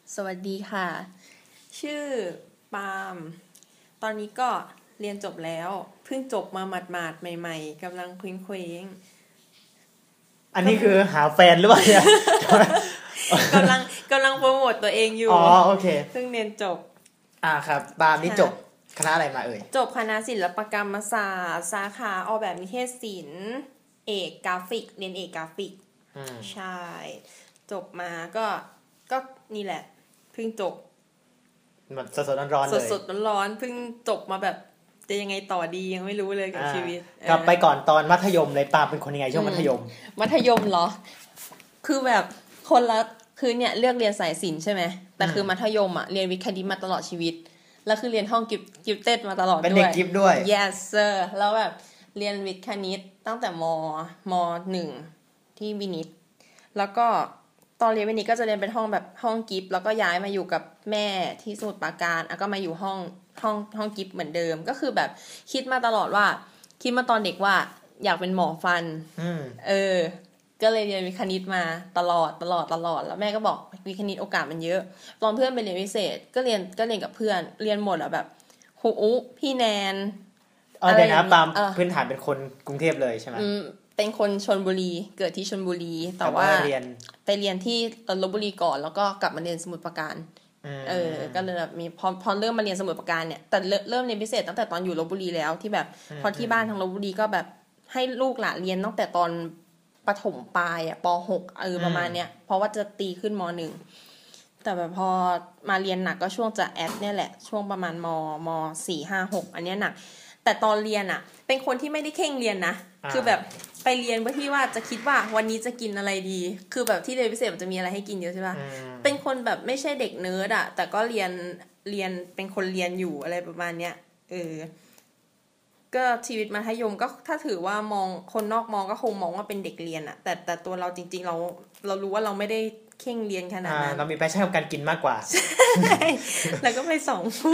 สวัสดีค่ะชื่อปาล์มตอนนี้ก็เรียนจบแล้วเพิ่งจบมาหมาดๆใหม่ๆกำลังเคว้งอันนี้คือหาแฟนหรือเปล่าเนี่ยกำลังโปรโมทตัวเองอยู่โอเคเพิ่งเรียนจบครับปาล์มนี่จบคณะอะไรมาจบคณะศิลปกรรมศาสตร์สาขาออกแบบนิเทศศิลป์เอกกราฟิกเรียนเอกกราฟิกใช่จบมาก็นี่แหละเพิ่งจบสดๆร้อนๆเลยสดๆร้อนๆเพิ่งจบมาแบบจะยังไงต่อดียังไม่รู้เลยกับชีวิตกลับไปก่อนตอนมัธยมเลยปาเป็นคนยังไงช่วงมัธยมเหรอคือแบบคนละคือเนี่ยเลือกเรียนสายศิลป์ใช่ไหมแต่คือมัธยมอ่ะเรียนวิทย์คณิตมาตลอดชีวิตแล้วคือเรียนห้องกิฟเต็ดมาตลอดด้วยเป็นเด็กกิฟด้วย yes sir แล้วแบบเรียนวิทย์คณิตตั้งแต่ม.1 ที่วินิตแล้วก็ตอนเรียนวินิตก็จะเรียนเป็นห้องแบบห้องกิฟแล้วก็ย้ายมาอยู่กับแม่ที่สมุทรปราการแล้วก็มาอยู่ห้องกิฟเหมือนเดิมก็คือแบบคิดมาตลอดว่าคิดมาตอนเด็กว่าอยากเป็นหมอฟันก็เลยเรียนวิทย์คณิตมาตลอดแล้วแม่ก็บอกวิทย์คณิตโอกาสมันเยอะตอนเพื่อนไปเรียนพิเศษก็เรียนกับเพื่อนเรียนหมดอะแบบครูอุ๊พี่แนนเดี๋ยวนะปาล์มพื้นฐานเป็นคนกรุงเทพเลยใช่ไหมเป็นคนชลบุรีเกิดที่ชลบุรีแต่ว่าไปเรียนที่ลพบุรีก่อนแล้วก็กลับมาเรียนสมุทรปราการก็เลยแบบมีพอเริ่มมาเรียนสมุทรปราการเนี่ยแต่เริ่มเรียนพิเศษตั้งแต่ตอนอยู่ลพบุรีแล้วที่แบบพอที่บ้านทางลพบุรีก็แบบให้ลูกหลานเรียนตั้งแต่ตอนประถมปลายป.6 ประมาณเนี้ยเพราะว่าจะตีขึ้นม.1 แต่แบบพอมาเรียนหนักก็ช่วงจะแอดเนี่ยแหละช่วงประมาณม.4 5 6อันเนี้ยหนักแต่ตอนเรียนเป็นคนที่ไม่ได้เข่งเรียนนะคือแบบไปเรียนเพื่อที่ว่าจะคิดว่าวันนี้จะกินอะไรดีคือแบบที่เรียนพิเศษมันจะมีอะไรให้กินเยอะใช่ป่ะเป็นคนแบบไม่ใช่เด็กเนิร์ดแต่ก็เรียนเป็นคนเรียนอยู่อะไรประมาณเนี้ยก็ชีวิตมัธยมก็ถ้าถือว่ามองคนนอกมองก็คงมองว่าเป็นเด็กเรียนแต่ตัวเราจริงๆเรารู้ว่าเราไม่ได้เข่งเรียนขนาดนั้นเรามีแพชชั่นกับการกินมากกว่าแล้วก็ไปสองคู่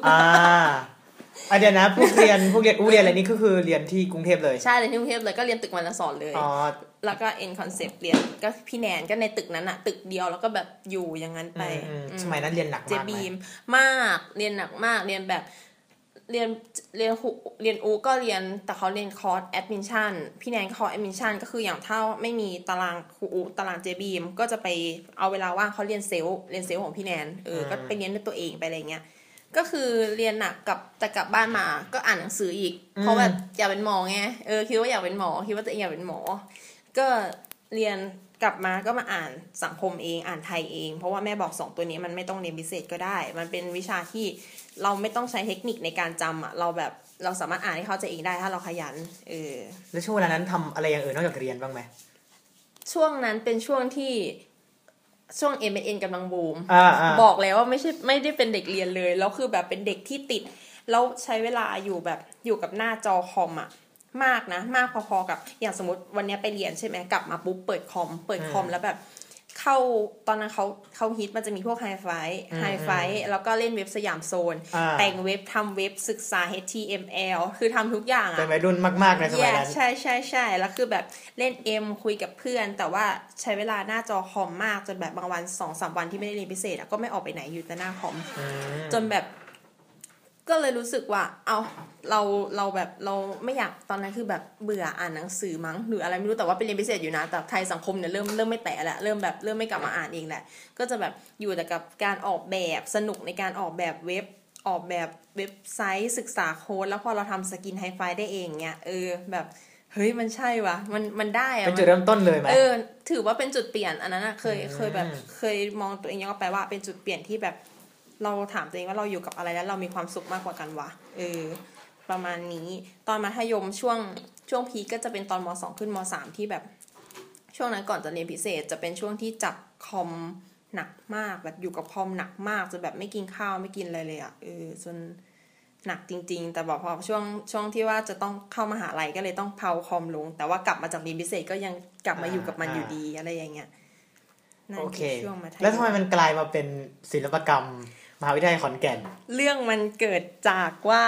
เดี๋ยวนะพวกเรียนอะไรนี่ก็คือเรียนที่กรุงเทพเลยใช่เรียนที่กรุงเทพเลยก็เรียนตึกวรรณสอนเลยแล้วก็ N Concept เรียนก็พี่แนนก็ในตึกนั้นตึกเดียวแล้วก็แบบอยู่อย่างนั้นไปสมัยนั้นเรียนหนักมากเจบีมมากเรียนหนักมากเรียนแบบเรียนอูก็เรียนแต่เขาเรียนคอร์สแอดมิชชั่นพี่แนนคอร์สแอดมิชชั่นก็คืออย่างถ้าไม่มีตารางครูอูตารางเจบีมก็จะไปเอาเวลาว่างเขาเรียนเซลล์ของพี่แนนก็ไปเรียนด้วยตัวเองไปอะไรเงี้ยก็คือเรียนหนักแต่กลับบ้านมาก็อ่านหนังสืออีกเพราะแบบอยากเป็นหมอไงคิดว่าอยากเป็นหมอคิดว่าตัวเองอยากเป็นหมอก็เรียนกลับมาก็มาอ่านสังคมเองอ่านไทยเองเพราะว่าแม่บอก2ตัวนี้มันไม่ต้องเรียนพิเศษก็ได้มันเป็นวิชาที่เราไม่ต้องใช้เทคนิคในการจำเราสามารถอ่านให้เข้าใจเองได้ถ้าเราขยันแล้วช่วงเวลานั้นทำอะไรอย่างอื่นนอกจากเรียนบ้างไหมช่วงนั้นเป็นช่วงที่ช่วง MSN กำลังบูมบอกแล้วว่าไม่ได้เป็นเด็กเรียนเลยแล้วคือแบบเป็นเด็กที่ติดแล้วใช้เวลาอยู่กับหน้าจอคอมมากนะมากพอๆกับอย่างสมมติวันนี้ไปเรียนใช่ไหมกลับมาปุ๊บเปิดคอมแล้วแบบเข้าตอนนั้นเขาฮิตมันจะมีพวกไฮไฟแล้วก็เล่นเว็บสยามโซนแต่งเว็บทำเว็บศึกษา HTML คือทำทุกอย่างเป็นวัยรุ่นมากๆในสมัยนั้นใช่แล้วคือแบบเล่นคุยกับเพื่อนแต่ว่าใช้เวลาหน้าจอคอมมากจนแบบบางวัน 2-3 วันที่ไม่ได้เรียนพิเศษก็ไม่ออกไปไหนอยู่แต่หน้าคอมจนแบบก็เลยรู้สึกว่าเราแบบเราไม่อยากตอนนั้นคือแบบเบื่ออ่านหนังสือมั้งหรืออะไรไม่รู้แต่ว่าไปเรียนพิเศษอยู่นะแต่ไทยสังคมเนี่ยเริ่มไม่แตะแล้วเริ่มไม่กลับมาอ่านเองแหละก็จะแบบอยู่แต่กับการออกแบบสนุกในการออกแบบเว็บไซต์ศึกษาโค้ดแล้วพอเราทำสกินไฮไฟได้เองเนี่ยแบบเฮ้ยมันใช่วะมันได้เป็นจุดเริ่มต้นเลยไหมถือว่าเป็นจุดเปลี่ยนอันนั้นเคยแบบเคยมองตัวเองย้อนไปว่าเป็นจุดเปลี่ยนที่แบบเราถามตัวเองว่าเราอยู่กับอะไรแล้วเรามีความสุขมากกว่ากันวะประมาณนี้ตอนมัธยมช่วงพีก็จะเป็นตอนม.2 ขึ้นม.3 ที่แบบช่วงนั้นก่อนจะเรียนพิเศษจะเป็นช่วงที่จับคอมหนักมากแบบอยู่กับคอมหนักมากจนแบบไม่กินข้าวไม่กินอะไรเลยจนหนักจริงๆแต่บอกพอช่วงที่ว่าจะต้องเข้ามหาลัยก็เลยต้องเผาคอมลงแต่ว่ากลับมาจากเรียนพิเศษก็ยังกลับมาอยู่กับมันอยู่ดีอะไรอย่างเงี้ยโอเคแล้วทำไมมันกลายมาเป็นศิลปกรรมมหาวิทยาลัยขอนแก่นเรื่องมันเกิดจากว่า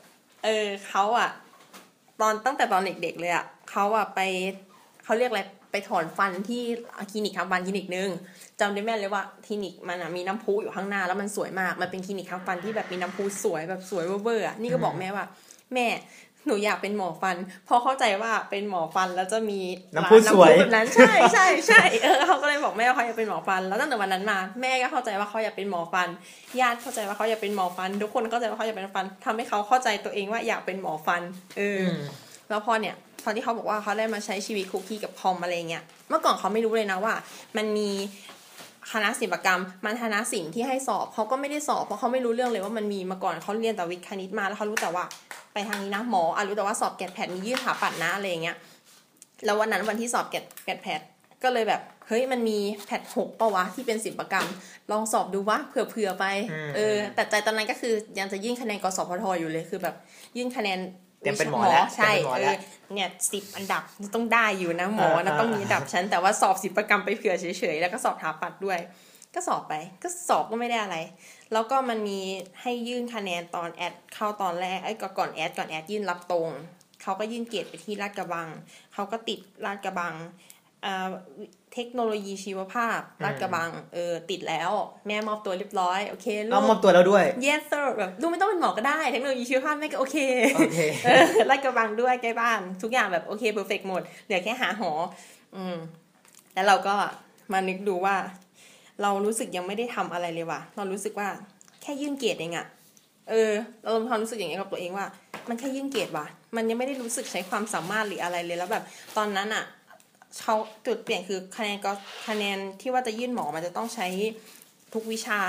เขาตั้งแต่ตอนเด็กๆเลยเขาไปเขาเรียกอะไรไปถอนฟันที่คลินิกทำฟันคลินิกนึงจำได้แม่นเลยว่าคลินิกมันมีน้ำพุอยู่ข้างหน้าแล้วมันสวยมากมันเป็นคลินิกทำฟันที่แบบมีน้ำพุสวยแบบสวยเวอร์ๆนี่ก็บอกแม่ว่าแม่หนูอยากเป็นหมอฟันพอเข้าใจว่าเป็นหมอฟันแล้วจะมีน้ำพุสวยแบบนั้นใช่ใช่ใช่เขาก็เลยบอกแม่ว่าเขาอยากเป็นหมอฟันแล้วตั้งแต่วันนั้นมาแม่ก็เข้าใจว่าเขาอยากเป็นหมอฟันญาติเข้าใจว่าเขาอยากเป็นหมอฟันทุกคนเข้าใจว่าเขาอยากเป็นฟันทำให้เขาเข้าใจตัวเองว่าอยากเป็นหมอฟันแล้วพอที่เขาบอกว่าเขาได้มาใช้ชีวิตคุกคีกับคอมอะไรเงี้ยเมื่อก่อนเขาไม่รู้เลยนะว่ามันมีคณะศิลปกรรมมันคณะศิลป์ที่ให้สอบเขาก็ไม่ได้สอบเพราะเขาไม่รู้เรื่องเลยว่ามันมีมาก่อนเขาเรียนแต่วิทย์คณิตมาแล้วเขารู้แต่ว่าไปทางนี้นะหมอรู้แต่ว่าสอบแกดแพดมียื่นถาปัดนะอะไรอย่างเงี้ยแล้ววันนั้นวันที่สอบแกดแพดก็เลยแบบเฮ้ยมันมีแพด6ป่ะวะที่เป็นศิลปกรรมลองสอบดูวะเผื่อไปแต่ใจตอนนั้นก็คือยังจะยื่นคะแนนกสพทอยู่เลยคือแบบยื่นคะแนนเตรียมเป็นหมอแล้วใช่เนี่ย10อันดับต้องได้อยู่นะหมอนะต้องมีอันดับชั้นแต่ว่าสอบศิลปกรรมไปเผื่อเฉยๆแล้วก็สอบถาปัดด้วยก็สอบไปก็สอบก็ไม่ได้อะไรแล้วก็มันมีให้ยื่นคะแนนตอนแอดเข้าตอนแรกก่อนแอดยื่นรับตรงเขาก็ยื่นเกรดไปที่ลาดกระบังเขาก็ติดลาดกระบังเทคโนโลยีชีวภาพลาดกระบังติดแล้วแม่มอบตัวเรียบร้อยโอเคลูกมอบตัวแล้วด้วย yes sir แบบลูกไม่ต้องเป็นหมอก็ได้เทคโนโลยีชีวภาพแม่ก็โอเคลาดกระบังด้วยใกล้บ้านทุกอย่างแบบโอเคเพอร์เฟกต์หมดเหลือแค่หาหอแล้วเราก็มานึกดูว่าเรารู้สึกยังไม่ได้ทำอะไรเลยว่ะเรารู้สึกว่าแค่ยื่นเกรดเองอะเรามีความรู้สึกอย่างนี้กับตัวเองว่ามันแค่ยื่นเกรดว่ะมันยังไม่ได้รู้สึกใช้ความสามารถหรืออะไรเลยแล้วแบบตอนนั้นอะเขาจุดเปลี่ยนคือคะแนนที่ว่าจะยื่นหมอมันจะต้องใช้ทุกวิชา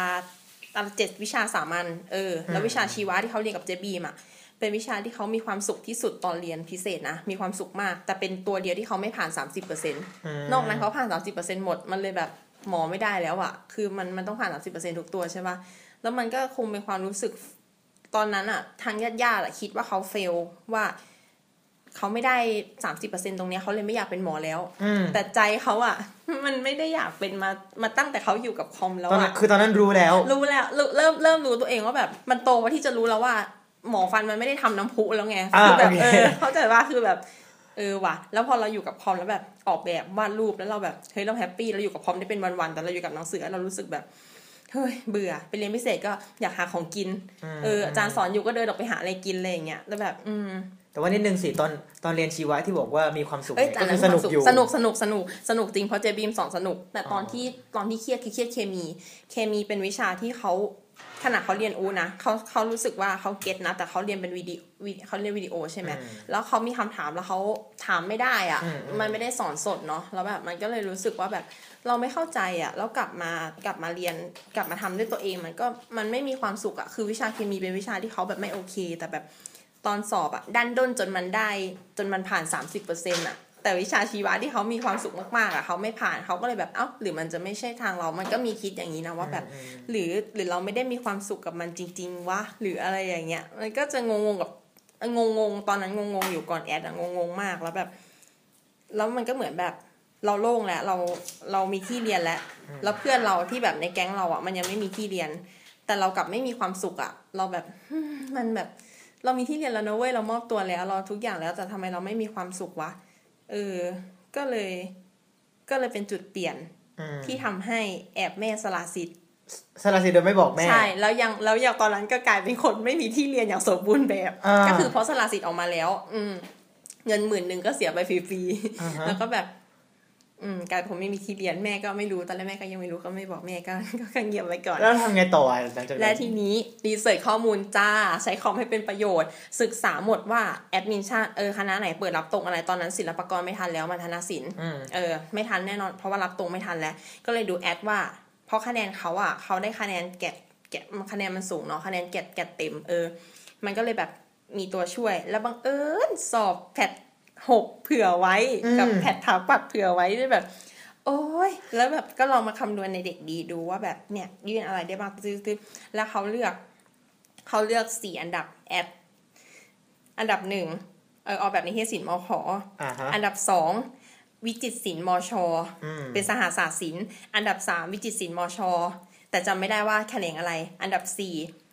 7วิชาสามัญแล้ววิชาชีวะที่เขาเรียนกับเจบีมอะเป็นวิชาที่เขามีความสุขที่สุดตอนเรียนพิเศษนะมีความสุขมากแต่เป็นตัวเดียวที่เขาไม่ผ่าน 30% นอกนั้นเขาผ่าน 30% หมดมันเลยแบบหมอไม่ได้แล้วอะคือมันต้องผ่าน 30% ทุกตัวใช่ป่ะแล้วมันก็คงเป็นความรู้สึกตอนนั้นอะทางญาติๆคิดว่าเขาเฟลว่าเขาไม่ได้ 30% ตรงนี้เขาเลยไม่อยากเป็นหมอแล้วแต่ใจเขาอะมันไม่ได้อยากเป็นมาตั้งแต่เขาอยู่กับคอมแล้วอะคือตอนนั้นรู้แล้วเริ่มรู้ตัวเองว่าแบบมันโตว่าที่จะรู้แล้วว่าหมอฟันมันไม่ได้ทำน้ำพุแล้วไงคือแบบเข้าใจว่าคือแบบว่ะแล้วพอเราอยู่กับคอมแล้วแบบออกแบบวาดรูปแล้วเราแบบเฮ้ยเราแฮปปี้เราอยู่กับคอมได้เป็นวันๆแต่เราอยู่กับหนังสือเรารู้สึกแบบเฮ้ยเบื่อไปเรียนพิเศษก็อยากหาของกินอาจารย์สอนอยู่ก็เดินออกไปหาอะไรกินอะไรอย่างเงี้ยแล้วแบบแต่ว่านิดนึงสิตอนเรียนชีวะที่บอกว่ามีความสุขก็คือสนุกอยู่สนุกจริงเพราะเจบีมสอนสนุกแต่ตอนที่เครียดคือเครียดเคมีเป็นวิชาที่เขาขณะเขาเรียนนะเขารู้สึกว่าเขาเก็ตนะแต่เขาเรียนเป็นเขาเรียนวิดีโอใช่ไหมแล้วเขามีคำถามแล้วเขาถามไม่ได้อ่ะมันไม่ได้สอนสดเนาะแล้วแบบมันก็เลยรู้สึกว่าแบบเราไม่เข้าใจอ่ะแล้วกลับมาเรียนกลับมาทำด้วยตัวเองมันไม่มีความสุขอ่ะคือวิชาเคมีเป็นวิชาที่เขาแบบไม่โอเคแต่แบบตอนสอบอ่ะดันด้นจนมันผ่าน 30% อ่ะแต่วิชาชีวะที่เขามีความสุขมากๆอ่ะเขาไม่ผ่านเขาก็เลยแบบหรือมันจะไม่ใช่ทางเรามันก็มีคิดอย่างนี้นะว่าแบบหรือเราไม่ได้มีความสุขกับมันจริงๆวะหรืออะไรอย่างเงี้ยมันก็จะงงกับงงตอนนั้นงงอยู่ก่อนแอดอ่ะงงมากแล้วแบบแล้วมันก็เหมือนแบบเราโล่งแล้วเรามีที่เรียนแล้วเพื่อนเราที่แบบในแก๊งเราอ่ะมันยังไม่มีที่เรียนแต่เรากลับไม่มีความสุขอ่ะเราแบบมันแบบเรามีที่เรียนแล้วนะเว้ยเรามอบตัวแล้วเราทุกอย่างแล้วแต่ทำไมเราไม่มีความสุขวะก็เลยเป็นจุดเปลี่ยนที่ทำให้แอบแม่สละสิทธิ์โดยไม่บอกแม่ใช่แล้วอย่างตอนนั้นก็กลายเป็นคนไม่มีที่เรียนอย่างสมบูรณ์แบบก็คือเพราะสละสิทธิ์ออกมาแล้วเงิน10,000ก็เสียไปฟรีๆแล้วก็แบบกลายผมไม่มีที่เรียนแม่ก็ไม่รู้ตอนแรกแม่ก็ยังไม่รู้ก็ไม่บอกแม่ก็เงียบไว้ก่อนแล้วทำไงต่อหลังจากนั้นและทีนี้รีเสิร์ชข้อมูลจ้าใช้คอมให้เป็นประโยชน์ศึกษาหมดว่าแอดมินชั่นคณะไหนเปิดรับตรงอะไรตอนนั้นศิลปากรไม่ทันแล้วมาธนศิลป์ไม่ทันแน่นอนเพราะว่ารับตรงไม่ทันแล้วก็เลยดูแอดว่าเพราะคะแนนเขาได้คะแนนแกะคะแนนมันสูงเนาะคะแนนแกะเต็มมันก็เลยแบบมีตัวช่วยแล้วบังเอิญสอบแพท6เผื่อไว้กับแพทถาปัดเผื่อไว้ด้วยแบบโอ้ยแล้วแบบก็ลองมาคำนวณในเด็กดีดูว่าแบบเนี่ยยื่นอะไรได้บ้างตื้อๆแล้วเขาเลือก4อันดับแอดอันดับ1ออกแบบนิเทศศิลป์มข.อันดับ2วิจิตรศิลป์มช.เป็นสหศาสตร์ศิลป์อันดับ3วิจิตรศิลป์มช.แต่จำไม่ได้ว่าแขนงอะไรอันดับ4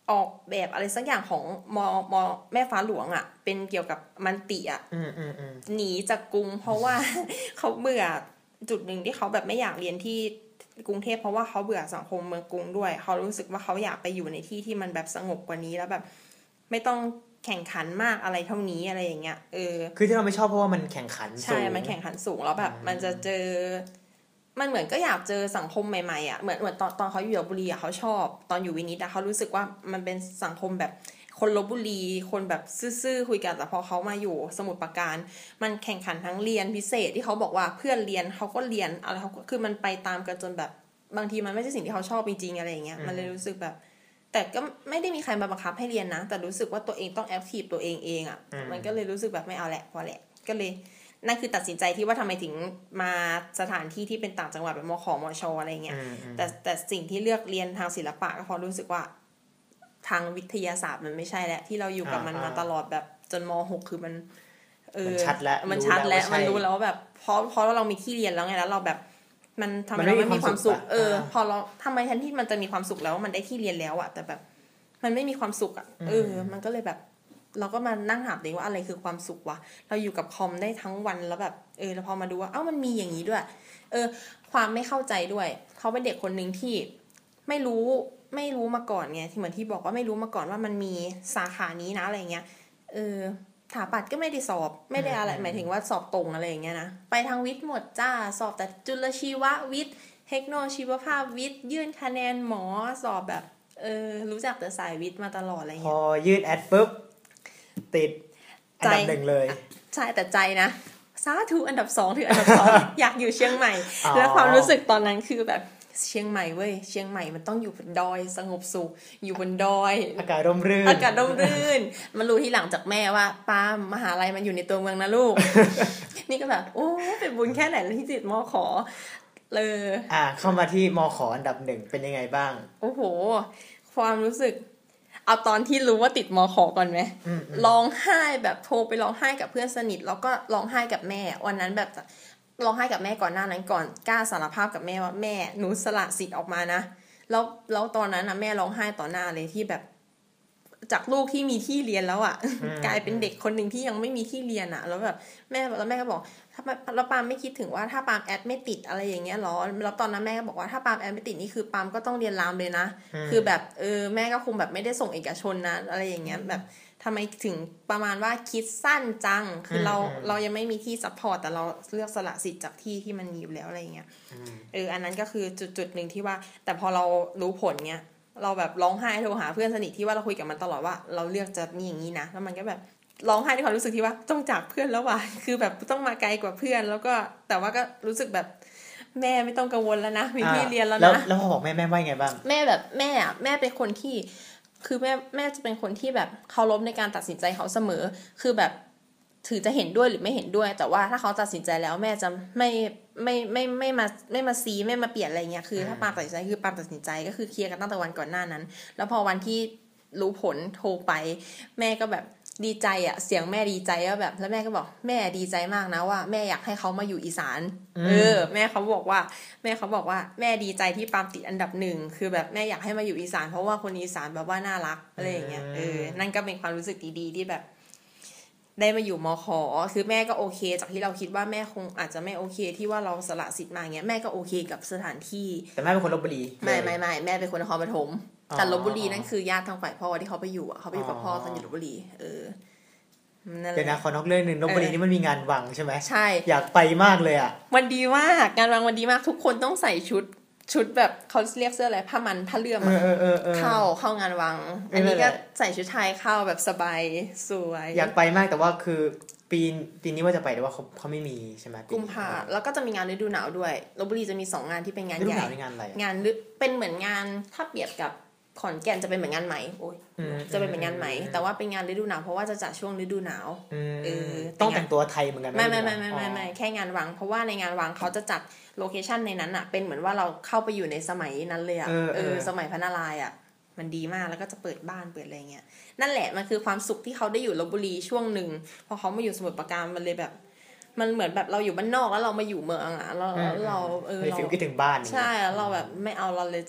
ออกแบบอะไรสักอย่างของมแม่ฟ้าหลวงอ่ะเป็นเกี่ยวกับมันติอ่ะหนีจากกรุงเพราะว่า เขาเบื่อจุดหนึ่งที่เขาแบบไม่อยากเรียนที่กรุงเทพเพราะว่าเขาเบื่อสังคมเมืองกรุงด้วยเขารู้สึกว่าเขาอยากไปอยู่ในที่ที่มันแบบสงบกว่านี้แล้วแบบไม่ต้องแข่งขันมากอะไรเท่านี้อะไรอย่างเงี้ยคือที่เราไม่ชอบเพราะว่ามันแข่งขันสูงใช่มันแข่งขันสูงแล้วแบบมันจะเจอมันเหมือนก็อยากเจอสังคมใหม่ๆอ่ะเหมือนตอนเขาอยู่ลพบุรีอ่ะเขาชอบตอนอยู่วินิตอ่ะเขารู้สึกว่ามันเป็นสังคมแบบคนลพบุรีคนแบบซื่อๆคุยกันแต่พอเขามาอยู่สมุทรปราการมันแข่งขันทั้งเรียนพิเศษที่เขาบอกว่าเพื่อนเรียนเขาก็เรียนอะไรเขาคือมันไปตามกันจนแบบบางทีมันไม่ใช่สิ่งที่เขาชอบจริงๆอะไรอย่างเงี้ยมันเลยรู้สึกแบบแต่ก็ไม่ได้มีใครมาบังคับให้เรียนนะแต่รู้สึกว่าตัวเองต้องแอคทีฟตัวเองอ่ะมันก็เลยรู้สึกแบบไม่เอาแหละพอแหละก็เลยนั่นคือตัดสินใจที่ว่าทำไมถึงมาสถานที่ที่เป็นต่างจังหวัดแบบมขมชอะไรเงี้ยแต่สิ่งที่เลือกเรียนทางศิลปะก็เพราะรู้สึกว่าทางวิทยาศาสตร์มันไม่ใช่แล้วที่เราอยู่กับมันมาตลอดแบบจนม.6 คือมันชัดแล้วมันชัดแล้วมันรู้แล้วแบบเพราะเรามีที่เรียนแล้วไงแล้วเราแบบมันทำให้เราไม่มีความสุขพอเราทำไมแทนที่มันจะมีความสุขแล้วมันได้ที่เรียนแล้วอ่ะแต่แบบมันไม่มีความสุขอ่ะมันก็เลยแบบเราก็มานั่งถามตัวเองว่าอะไรคือความสุขวะเราอยู่กับคอมได้ทั้งวันแล้วแบบแล้วพอมาดูว่ามันมีอย่างนี้ด้วยความไม่เข้าใจด้วยเขาเป็นเด็กคนนึงที่ไม่รู้มาก่อนไงที่เหมือนที่บอกว่าไม่รู้มาก่อนว่ามันมีสาขานี้นะอะไรเงี้ยสถาปัตย์ก็ไม่ได้สอบไม่ได้อะไรหมายถึงว่าสอบตรงอะไรอย่างเงี้ยนะไปทางวิทย์หมดจ้าสอบแต่จุลชีววิทย์เทคโนชีวภาพวิทย์ยื่นคะแนนหมอสอบแบบรู้จักแต่สายวิทย์มาตลอดอะไรเงี้ยพอยื่นแอดปุ๊บติดอันดับ1เลยใช่แต่ใจนะสาธุอันดับ2ถึงอันดับ2 อยากอยู่เชียงใหม่แล้วความรู้สึกตอนนั้นคือแบบเชียงใหม่เว้ยเชียงใหม่มันต้องอยู่บนดอยสงบสุขอยู่บนดอยอากาศร่มรื่นมันรู้ที่หลังจากแม่ว่าป้ามหาลัยมันอยู่ในตัวเมืองนะลูก นี่ก็แบบโอ้เป็นบุญแค่ไหนที่ติดมขเข้ามาที่มขอันดับ1เป็นยังไงบ้างโอ้โหความรู้สึกเอาตอนที่รู้ว่าติดมขก่อนไหมร้องไห้แบบโทรไปร้องไห้กับเพื่อนสนิทแล้วก็ร้องไห้กับแม่วันนั้นแบบร้องไห้กับแม่ก่อนหน้านั้นก่อนกล้าสารภาพกับแม่ว่าแม่หนูสละสิทธิ์ออกมานะแล้วตอนนั้นนะแม่ร้องไห้ต่อหน้าเลยที่แบบจากลูกที่มีที่เรียนแล้วอ่ะ กลายเป็นเด็กคนหนึ่งที่ยังไม่มีที่เรียนอ่ะแล้วแบบแม่ก็บอกถ้าแล้วปามไม่คิดถึงว่าถ้าปามแอดไม่ติดอะไรอย่างเงี้ยหรอแล้วตอนนั้นแม่ก็บอกว่าถ้าปามแอดไม่ติดนี่คือปามก็ต้องเรียนรามเลยนะคือแบบแม่ก็คงแบบไม่ได้ส่งเอกชนนะอะไรอย่างเงี้ยแบบทำไมถึงประมาณว่าคิดสั้นจังคือเรายังไม่มีที่ซัพพอร์ตแต่เราเลือกสละสิทธิ์จากที่มันมีอยู่แล้วอะไรอย่างเงี้ยอันนั้นก็คือจุดนึงที่ว่าแต่พอเรารู้ผลเงี้ยเราแบบร้องไห้โทรหาเพื่อนสนิทที่ว่าเราคุยกับมันตลอดว่าเราเลือกจะนี่อย่างนี้นะแล้วมันก็แบบร้องไห้ด้วยความรู้สึกที่ว่าต้องจากเพื่อนแล้วว่ะคือแบบต้องมาไกลกว่าเพื่อนแล้วก็แต่ว่าก็รู้สึกแบบแม่ไม่ต้องกังวลแล้วนะมีที่เรียนแล้วนะแล้วพอบอกแม่ว่าไงบ้างแม่แบบแม่เป็นคนที่คือแม่จะเป็นคนที่แบบเคารพในการตัดสินใจเขาเสมอคือแบบถือจะเห็นด้วยหรือไม่เห็นด้วยแต่ว่าถ้าเขาตัดสินใจแล้วแม่จะไม่มาซีไม่มาเปลี่ยนอะไรเงี้ยคือถ้าปามตัดสินใจคือปามตัดสินใจก็คือเคลียร์กันตั้งแต่วันก่อนหน้านั้นแล้วพอวันที่รู้ผลโทรไปแม่ก็แบบดีใจอ่ะเสียงแม่ดีใจว่าแบบแล้วแม่ก็บอกแม่ดีใจมากนะว่าแม่อยากให้เขามาอยู่อีสานแม่เขาบอกว่าแม่ดีใจที่ปามติดอันดับ1คือแบบแม่อยากให้มาอยู่อีสานเพราะว่าคนอีสานแบบว่าน่ารักอะไรอย่างเงี้ยนั่นก็เป็นความรู้สึกดีๆที่แบบได้มาอยู่มข.คือแม่ก็โอเคจากที่เราคิดว่าแม่คงอาจจะไม่โอเคที่ว่าเราสละสิทธิ์มาเงี้ยแม่ก็โอเคกับสถานที่แต่แม่เป็นคนลพบุรีไม่แม่เป็นคนนครปฐมแต่ลพบุรีนั่นคือญาติทางฝ่ายพ่อที่เขาไปอยู่เขาไปอยู่กับพ่อตอนอยู่ลพบุรีเดี๋ยวนะขอนอกเรื่องนึงลพบุรีนี่มันมีงานวังใช่ไหมใช่อยากไปมากเลยอ่ะวันดีมากงานวังวันดีมากทุกคนต้องใส่ชุดแบบเขาเรียกเสื้ออะไรผ้าเลื่อมเข้างานวังอันนี้ก็ใส่ชุดไทยเข้าแบบสบายสวยอยากไปมากแต่ว่าคือปีนี้ว่าจะไปแต่ว่าเขาไม่มีใช่ไหมกุมภาแล้วก็จะมีงานฤดูหนาวด้วยลพบุรีจะมี2งานที่เป็นงานใหญ่ฤดูหนาวนี่งานอะไรงานเป็นเหมือนงานถ้าเปรียบกับขอนแก่นจะเป็นเหมือนงานไหมจะเป็นเหมือนงานไหมแต่ว่าเป็นงานฤดูหนาวเพราะว่าจะจัดช่วงฤดูหนาวต้องแต่งตัวไทยเหมือนกันไม่แค่งานวังเพราะว่าในงานวังเขาจะจัดโลเคชั่นในนั้นอ่ะเป็นเหมือนว่าเราเข้าไปอยู่ในสมัยนั้นเลยอ่ะสมัยพระนารายณ์อ่ะมันดีมากแล้วก็จะเปิดบ้านเปิดอะไรเงี้ยนั่นแหละมันคือความสุขที่เขาได้อยู่ลพบุรีช่วงนึงพอเขามาอยู่สมุทรปราการมันเลยแบบมันเหมือนแบบเราอยู่บ้านนอกแล้วเรามาอยู่เมืองอ่ะเราฟีลคิดถึงบ้านใช่แล้วเราแบบไม่เอาเราเลยจะ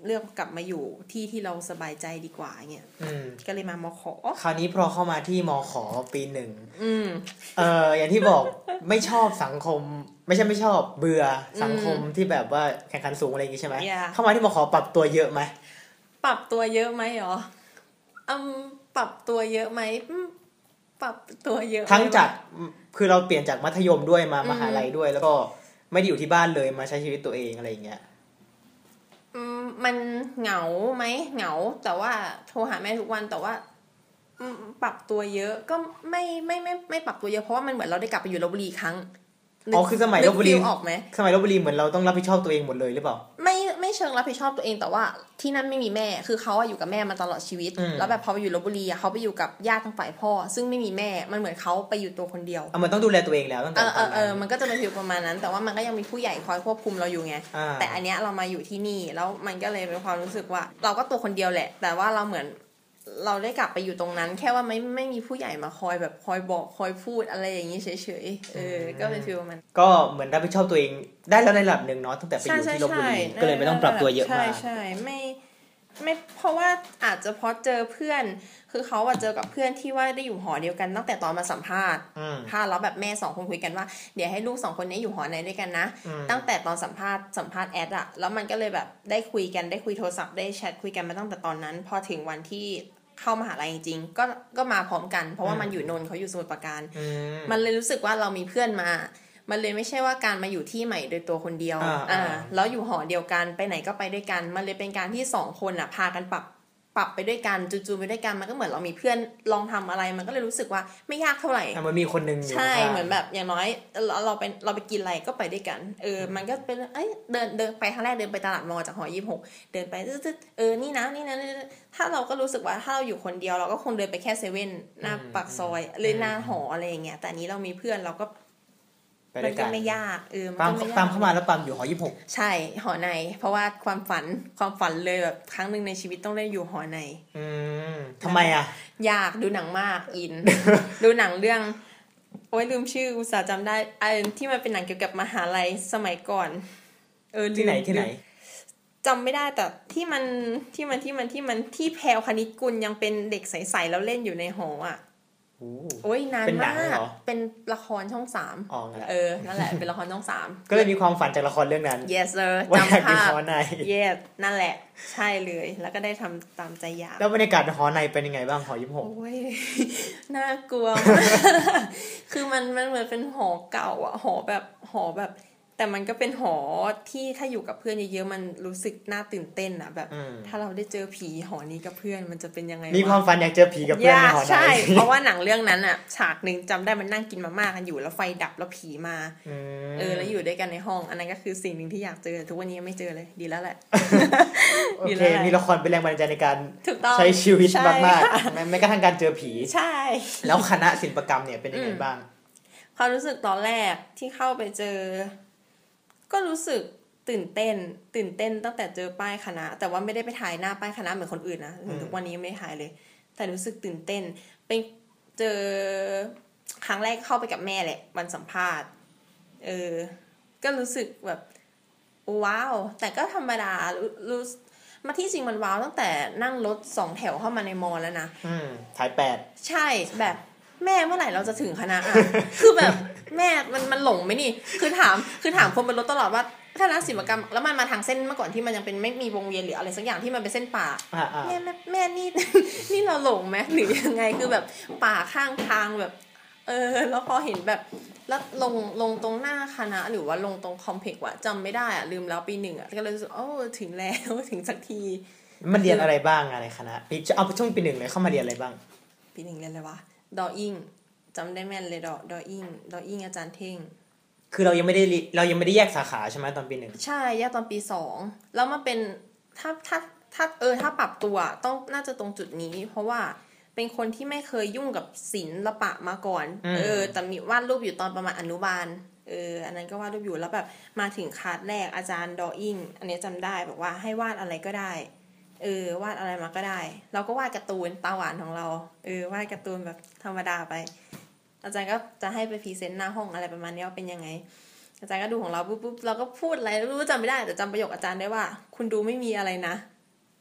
เลือกกลับมาอยู่ที่เราสบายใจดีกว่าเงี้ยก็เลยมามข. คราวนี้พอเข้ามาที่มข.ปีหนึ่งอย่างที่บอกไม่ชอบสังคมไม่ชอบเบื่อสังคมที่แบบว่าแข่งขันสูงอะไรอย่างงี้ใช่ไหมเข้ามาที่มข.ปรับตัวเยอะไหมปรับตัวเยอะไหมหรอปรับตัวเยอะไหมปรับตัวเยอะทั้งจากคือเราเปลี่ยนจากมัธยมด้วยมามหาลัยด้วยแล้วก็ไม่ได้อยู่ที่บ้านเลยมาใช้ชีวิตตัวเองอะไรอย่างเงี้ยมันเหงาไหมเหงาแต่ว่าโทรหาแม่ทุกวันแต่ว่าปรับตัวเยอะก็ไม่ปรับตัวเยอะเพราะว่ามันเหมือนเราได้กลับไปอยู่ลพบุรีครั้งคือสมัยลพบุรีออกไหมสมัยลพบุรีเหมือนเราต้องรับผิดชอบตัวเองหมดเลยหรือเปล่าไม่เชิงรับผิดชอบตัวเองแต่ว่าที่นั่นไม่มีแม่คือเขาอยู่กับแม่มาตลอดชีวิตแล้วแบบพอไปอยู่ลพบุรีเขาไปอยู่กับญาติทางฝ่ายพ่อซึ่งไม่มีแม่มันเหมือนเขาไปอยู่ตัวคนเดียวมันต้องดูแลตัวเองแล้วตั้งแต่มันก็จะเป็นฟีลประมาณนั้นแต่ว่ามันก็ยังมีผู้ใหญ่คอยควบคุมเราอยู่ไงแต่อันเนี้ยเรามาอยู่ที่นี่แล้วมันก็เลยเป็นความรู้สึกว่าเราก็ตัวคนเดียวแหละแต่ว่าเราเหมือนเราได้กลับไปอยู่ตรงนั้นแค่ว่าไม่มีผู้ใหญ่มาคอยแบบคอยบอกคอยพูดอะไรอย่างนี้เฉยๆก็เป็นฟีลมันก็เหมือนรับผิดชอบตัวเองได้แล้วในระดับนึงเนาะตั้งแต่ไปอยู่ที่ลพบุรีก็เลยไม่ต้องปรับตัวเยอะมากใช่ไม่เพราะว่าอาจจะเพราะเจอเพื่อนคือเขาเจอกับเพื่อนที่ว่าได้อยู่หอเดียวกันตั้งแต่ตอนมาสัมภาษณ์แล้วแบบแม่2คนคุยกันว่าเดี๋ยวให้ลูก2คนนี้อยู่หอไหนด้วยกันนะตั้งแต่ตอนสัมภาษณ์แอดอะแล้วมันก็เลยแบบได้คุยกันได้คุยโทรศัพท์ได้แชทคุยกันมาตั้งแต่ตอนนั้นพอถึงวันที่เข้ามหาลัยจริงๆก็มาพร้อมกันเพราะว่ามันอยู่นนท์เขาอยู่สมุทรปราการมันเลยรู้สึกว่าเรามีเพื่อนมามันเลยไม่ใช่ว่าการมาอยู่ที่ใหม่โดยตัวคนเดียวแล้วอยู่หอเดียวกันไปไหนก็ไปด้วยกันมันเลยเป็นการที่2คนพากันปรับไปด้วยกันจูๆไปด้วยกันมันก็เหมือนเรามีเพื่อนลองทำอะไรมันก็เลยรู้สึกว่าไม่ยากเท่าไหร่มันมีคนนึงอยู่ใช่เหมือนแบบอย่างน้อยเราไปกินอะไรก็ไปด้วยกันมันก็เป็นเดินไปครั้งแรกเดินไปตลาดมอจากหอ26เดินไปนี่นะถ้าเราก็รู้สึกว่าถ้าเราอยู่คนเดียวเราก็คงเดินไปแค่เซเว่นหน้าปากซอยหรือหน้าหออะไรอย่างเงี้ยแต่อันนี้เรามีเพื่อนเราก็มันก็ไม่ยากตามเข้ามาแล้วปั๊มอยู่หอ 26ใช่หอในเพราะว่าความฝันเลยแบบครั้งนึงในชีวิตต้องได้อยู่หอในทำไมอยากดูหนังมากอิน ดูหนังเรื่องโอ๊ยลืมชื่ออุตส่าห์จำได้ที่มันเป็นหนังเกี่ยวกับมหาลัยสมัยก่อนที่ไหนจำไม่ได้แต่ที่ที่แพรวคณิตกุลยังเป็นเด็กใสๆแล้วเล่นอยู่ในหอโอ้ยนานมากเป็นละครช่อง3นั่นแหละเป็นละครช่อง3 ก็เลยมีความฝันจากละครเรื่องนั้น yes sir จำภาพ yes นั่นแหละใช่เลยแล้วก็ได้ทำตามใจอยากแล้วบรรยากาศหอในเป็นยังไงบ้างหอ26 โอ้ยน่ากลัวคือมันเหมือนเป็นหอเก่าหอแบบแต่มันก็เป็นหอที่ถ้าอยู่กับเพื่อนเยอะๆมันรู้สึกน่าตื่นเต้นแบบถ้าเราได้เจอผีหอนี้กับเพื่อนมันจะเป็นยังไงมีความฝันอยากเจอผีกับเพื่อนในหอในใช่เพราะว่าหนังเรื่องนั้นฉากนึงจำได้มันนั่งกินมาม่ากันอยู่แล้วไฟดับแล้วผีมาแล้วอยู่ด้วยกันในห้องอันนั้นก็คือสิ่งนึงที่อยากเจอทุกวันนี้ยังไม่เจอเลยดีแล้วแหละโอเคมีละครเป็นแรงบันดาลใจในการใช้ชีวิตมากๆแม้กระทั่งการเจอผีใช่แล้วคณะศิลปกรรมเนี่ยเป็นยังไงบ้างความรู้สึกตอนแรกที่เข้าไปเจอก็รู้สึกตื่นเต้นตั้งแต่เจอป้ายคณะแต่ว่าไม่ได้ไปถ่ายหน้าป้ายคณะเหมือนคนอื่นนะถึงทุกวันนี้ไม่ถ่ายเลยแต่รู้สึกตื่นเต้นไปเจอครั้งแรกเข้าไปกับแม่แหละวันสัมภาษณ์ก็รู้สึกแบบว้าวแต่ก็ธรรมดารู้มาที่จริงมันว้าวตั้งแต่นั่งรถ2แถวเข้ามาในมอแล้วนะถ่าย8 ใช่แบบแม่เมื่อไหร่เราจะถึงคณะคือแบบแม่มันหลงไหมนี่คือถามคนบนรถตลอดว่าคณะศิลปกรรมแล้วมันมาทางเส้นเมื่อก่อนที่มันยังเป็นไม่มีวงเวียนหรืออะไรสักอย่างที่มันเป็นเส้นป่าแม่นี่เราหลงไหมหรือยังไงคือแบบป่าข้างทางแบบแล้วพอเห็นแบบแล้วลงตรงหน้าคณะหรือว่าลงตรงคอมเพล็กซ์จำไม่ได้ลืมแล้วปี1ก็เลยรู้สึกถึงแล้วถึงสักทีมันเรียนอะไรบ้างอะไรคณะเอาช่วงปี1เลยเข้ามาเรียนอะไรบ้างปี1เรียนอะไรวะดออิ่งจำได้แม่นเลยดออิ่งอาจารย์เท่งคือเรายังไม่ได้แยกสาขาใช่ไหมตอนปี1 ใช่แยกตอนปี2แล้วมาเป็นถ้าปรับตัวต้องน่าจะตรงจุดนี้เพราะว่าเป็นคนที่ไม่เคยยุ่งกับศิลปะมาก่อนแต่มีวาดรูปอยู่ตอนประมาณอนุบาลอันนั้นก็วาดรูปอยู่แล้วแบบมาถึงคลาสแรกอาจารย์ดออิ่งอันนี้จำได้บอกว่าให้วาดอะไรก็ได้วาดอะไรมาก็ได้เราก็วาดการ์ตูนตาหวานของเราวาดการ์ตูนแบบธรรมดาไปอาจารย์ก็จะให้ไปพรีเซนต์หน้าห้องอะไรประมาณนี้ว่าเป็นยังไงอาจารย์ก็ดูของเราปุ๊บเราก็พูดอะไรไม่รู้จำไม่ได้แต่จำประโยคอาจารย์ได้ว่าคุณดูไม่มีอะไรนะ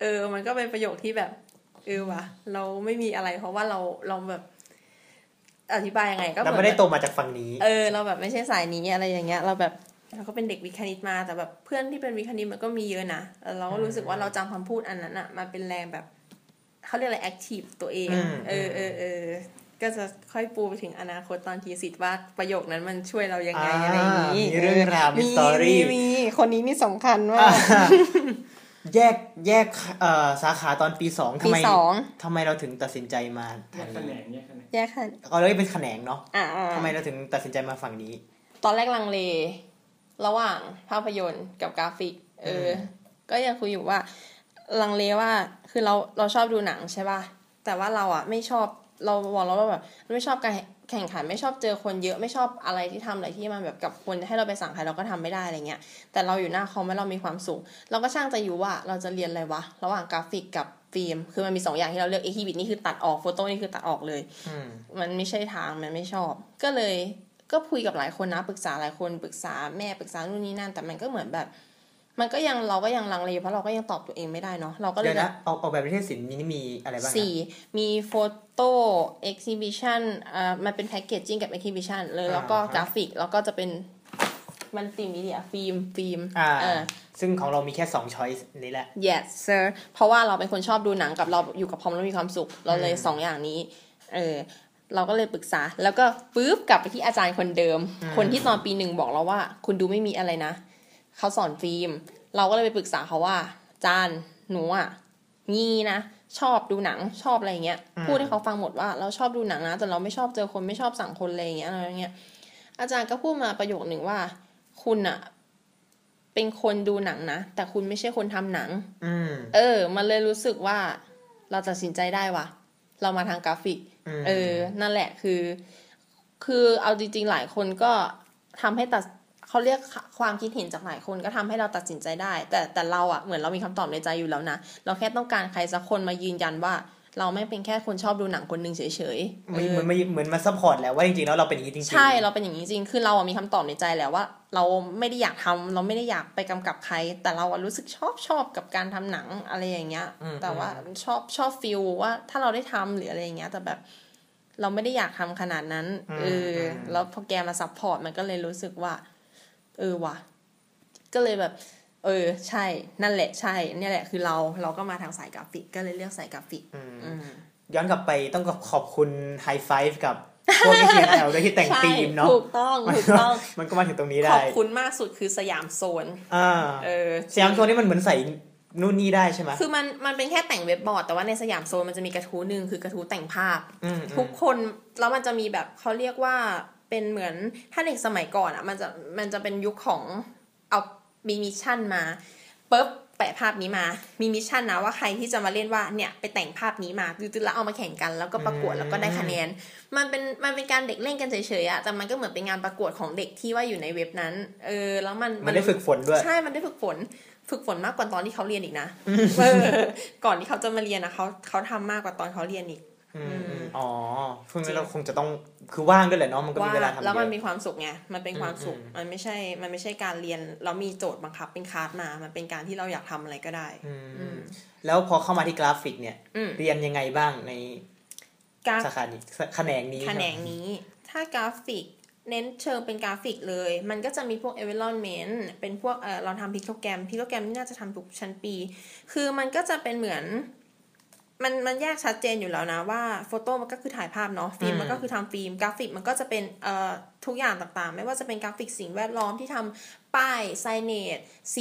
มันก็เป็นประโยคที่แบบว่ะเราไม่มีอะไรเพราะว่าเราแบบอธิบายยังไงก็เราไม่ได้โตมาจากฝั่งนี้เราแบบไม่ใช่สายนี้อะไรอย่างเงี้ยเราแบบเราก็เป็นเด็กวิทย์คณิตมาแต่แบบเพื่อนที่เป็นวิทย์คณิตมันก็มีเยอะนะเราก็รู้สึกว่าเราจำคำพูดอันนั้นอ่ะมาเป็นแรงแบบเขาเรียกอะไรแอคทีฟตัวเองก็จะค่อยปูไปถึงอนาคตตอนทีสิทธิ์ว่าประโยคนั้นมันช่วยเรายังไงอะไรอย่างนี้มีเรื่องราวมีสตอรี่มีคนนี้นี่สำคัญมากแยกสาขาตอนปี2ทำไมเราถึงตัดสินใจมาแยกแขนงเราเลยเป็นแขนงเนาะทำไมเราถึงตัดสินใจมาฝั่งนี้ตอนแรกลังเลระหว่างภาพยนตร์กับกราฟิกก็ยังคุยอยู่ว่าลังเลว่าคือเราชอบดูหนังใช่ป่ะแต่ว่าเราอ่ะไม่ชอบเราบอกเราแบบไม่ชอบการแข่งขันไม่ชอบเจอคนเยอะไม่ชอบอะไรที่ทำอะไรที่มันแบบกับคนให้เราไปสั่งใครเราก็ทำไม่ได้อะไรเงี้ยแต่เราอยู่หน้าคอมแล้วเรามีความสุขเราก็ช่างใจอยู่ว่าเราจะเรียนอะไรวะระหว่างกราฟิกกับฟิล์มคือมันมี2อย่างที่เราเลือก exhibit นี่คือตัดออกโฟโต้นี่คือตัดออกเลยมันไม่ใช่ทางมันไม่ชอบก็คุยกับหลายคนนะปรึกษาหลายคนปรึกษาแม่ปรึกษานู่นนี่นั่นแต่มันก็เหมือนแบบมันก็ยังเราก็ยังลังเลเพราะเราก็ยังตอบตัวเองไม่ได้เนาะเราก็เลยออกแบบนิเทศศิลป์มีอะไรบ้าง 4มีโฟโต้เอ็กซิบิชันมันเป็นแพคเกจจิ้งกับเอ็กซิบิชันเลยแล้วก็กราฟิกแล้วก็จะเป็นมัลติมีเดียฟิล์มซึ่งของเรามีแค่2 choice นี่แหละ yes sir เพราะว่าเราเป็นคนชอบดูหนังกับเราอยู่กับคอมแล้วมีความสุขเราเลย2อย่างนี้เราก็เลยปรึกษาแล้วก็ปึ๊บกลับไปที่อาจารย์คนเดิมคนที่ตอนปี1บอกเราว่าคุณดูไม่มีอะไรนะเขาสอนฟิล์มเราก็เลยไปปรึกษาเขาว่าอาจารย์หนูอ่ะงี้นะชอบดูหนังชอบอะไรเงี้ยพูดให้เขาฟังหมดว่าเราชอบดูหนังนะแต่เราไม่ชอบเจอคนไม่ชอบสั่งคนอะไรเงี้ยอาจารย์ก็พูดมาประโยคนึงว่าคุณอ่ะเป็นคนดูหนังนะแต่คุณไม่ใช่คนทำหนังมันเลยรู้สึกว่าเราตัดสินใจได้ว่ะเรามาทางกราฟิกนั่นแหละคือเอาจริงๆหลายคนก็ทำให้เขาเรียกความคิดเห็นจากหลายคนก็ทำให้เราตัดสินใจได้แต่เราอ่ะเหมือนเรามีคำตอบในใจอยู่แล้วนะเราแค่ต้องการใครสักคนมายืนยันว่าเราไม่เป็นแค่คนชอบดูหนังคนนึงเฉยๆเหมือนมาซัพพอร์ตแล้วว่าจริงๆแล้วเราเป็นอย่างนี้จริงๆใช่เราเป็นอย่างนี้จริงคือเรามีคำตอบในใจแล้วว่าเราไม่ได้อยากทำเราไม่ได้อยากไปกำกับใครแต่เรารู้สึกชอบกับการทำหนังอะไรอย่างเงี้ยแต่ว่าชอบฟีลว่าถ้าเราได้ทำหรืออะไรอย่างเงี้ยแต่แบบเราไม่ได้อยากทำขนาดนั้นแล้วพอแกมาซัพพอร์ตมันก็เลยรู้สึกว่าว่ะก็เลยแบบใช่นั่นแหละใช่เนี่ยแหละคือเราก็มาทางสายกราฟิกก็เลยเลือกสายกราฟิกย้อนกลับไปต้องขอบคุณไฮไฟฟ์กับพวก HTML ด้วยที่แต่งธีมเนาะถูกต้องมันก็มาถึงตรงนี้ได้ขอบคุณมากสุดคือสยามโซนสยามโซนนี่มันเหมือนใส่นู่นนี่ได้ใช่ไหมคือมันเป็นแค่แต่งเว็บบอร์ดแต่ว่าในสยามโซนมันจะมีกระทู้นึงคือกระทู้แต่งภาพทุกคนแล้วมันจะมีแบบเขาเรียกว่าเป็นเหมือนถ้าเด็กสมัยก่อนอ่ะมันจะเป็นยุคของเอามีมิชชั่นมาปุ๊บแปะภาพนี้มามีมิชชั่นนะว่าใครที่จะมาเล่นว่าเนี่ยไปแต่งภาพนี้มาตื้อๆแล้วเอามาแข่งกันแล้วก็ประกวดแล้วก็ได้คะแนนมันเป็นการเด็กเล่นกันเฉยๆอ่ะแต่มันก็เหมือนเป็นงานประกวดของเด็กที่ว่าอยู่ในเว็บนั้นแล้วมันได้ฝึกฝนด้วยใช่มันได้ฝึกฝนมากกว่าตอนที่เขาเรียนอีกนะก่อนที่เขาจะมาเรียนนะเขาทำมากกว่าตอนเขาเรียนอีกพวกนี้เราคงจะต้องคือว่างด้วยแหละเนาะมันก็มีเวลาทำแล้วมันมีความสุขไงมันเป็นความสุขมันไม่ใช่การเรียนเรามีโจทย์บังคับเป็นคลาสมามันเป็นการที่เราอยากทำอะไรก็ได้แล้วพอเข้ามาที่กราฟิกเนี่ยเรียนยังไงบ้างในสาขานี้แขนงนี้ถ้ากราฟิกเน้นเชิงเป็นกราฟิกเลยมันก็จะมีพวก environment เป็นพวกเราทำพิกโตแกรมนี่น่าจะทำทุกชั้นปีคือมันก็จะเป็นเหมือนมันแยกชัดเจนอยู่แล้วนะว่าโฟโต้มันก็คือถ่ายภาพเนาะฟิล์มมันก็คือทำฟิล์มกราฟิกมันก็จะเป็นทุกอย่างต่างๆไม่ว่าจะเป็นกราฟิกสิ่งแวดล้อมที่ทำป้ายไซเนจ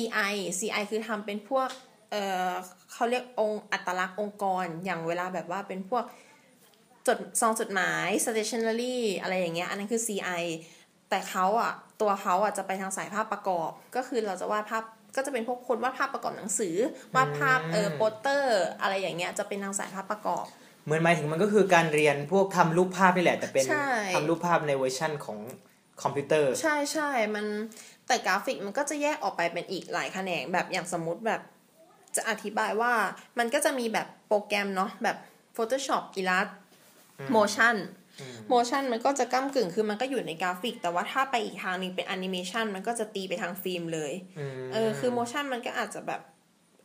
CI คือทำเป็นพวกเขาเรียกองค์อัตลักษณ์องค์กรอย่างเวลาแบบว่าเป็นพวกซองจดหมาย stationery อะไรอย่างเงี้ยอันนั้นคือ CI แต่ตัวเขาจะไปทางสายภาพประกอบก็คือเราจะวาดภาพก็จะเป็นพวกคนวาดภาพประกอบหนังสือวาดภาพโปสเตอร์อะไรอย่างเงี้ยจะเป็นทางสายภาพประกอบเหมือนหมายถึงมันก็คือการเรียนพวกทำรูปภาพนี่แหละแต่เป็นทำรูปภาพในเวอร์ชั่นของคอมพิวเตอร์ใช่มันแต่กราฟิกมันก็จะแยกออกไปเป็นอีกหลายแขนงแบบอย่างสมมุติแบบจะอธิบายว่ามันก็จะมีแบบโปรแกรมเนาะแบบ Photoshop Illustrator motion มันก็จะก้ำกึ่งคือมันก็อยู่ในกราฟิกแต่ว่าถ้าไปอีกทางนึงเป็นแอนิเมชันมันก็จะตีไปทางฟิล์มเลยคือ motion มันก็อาจจะแบบ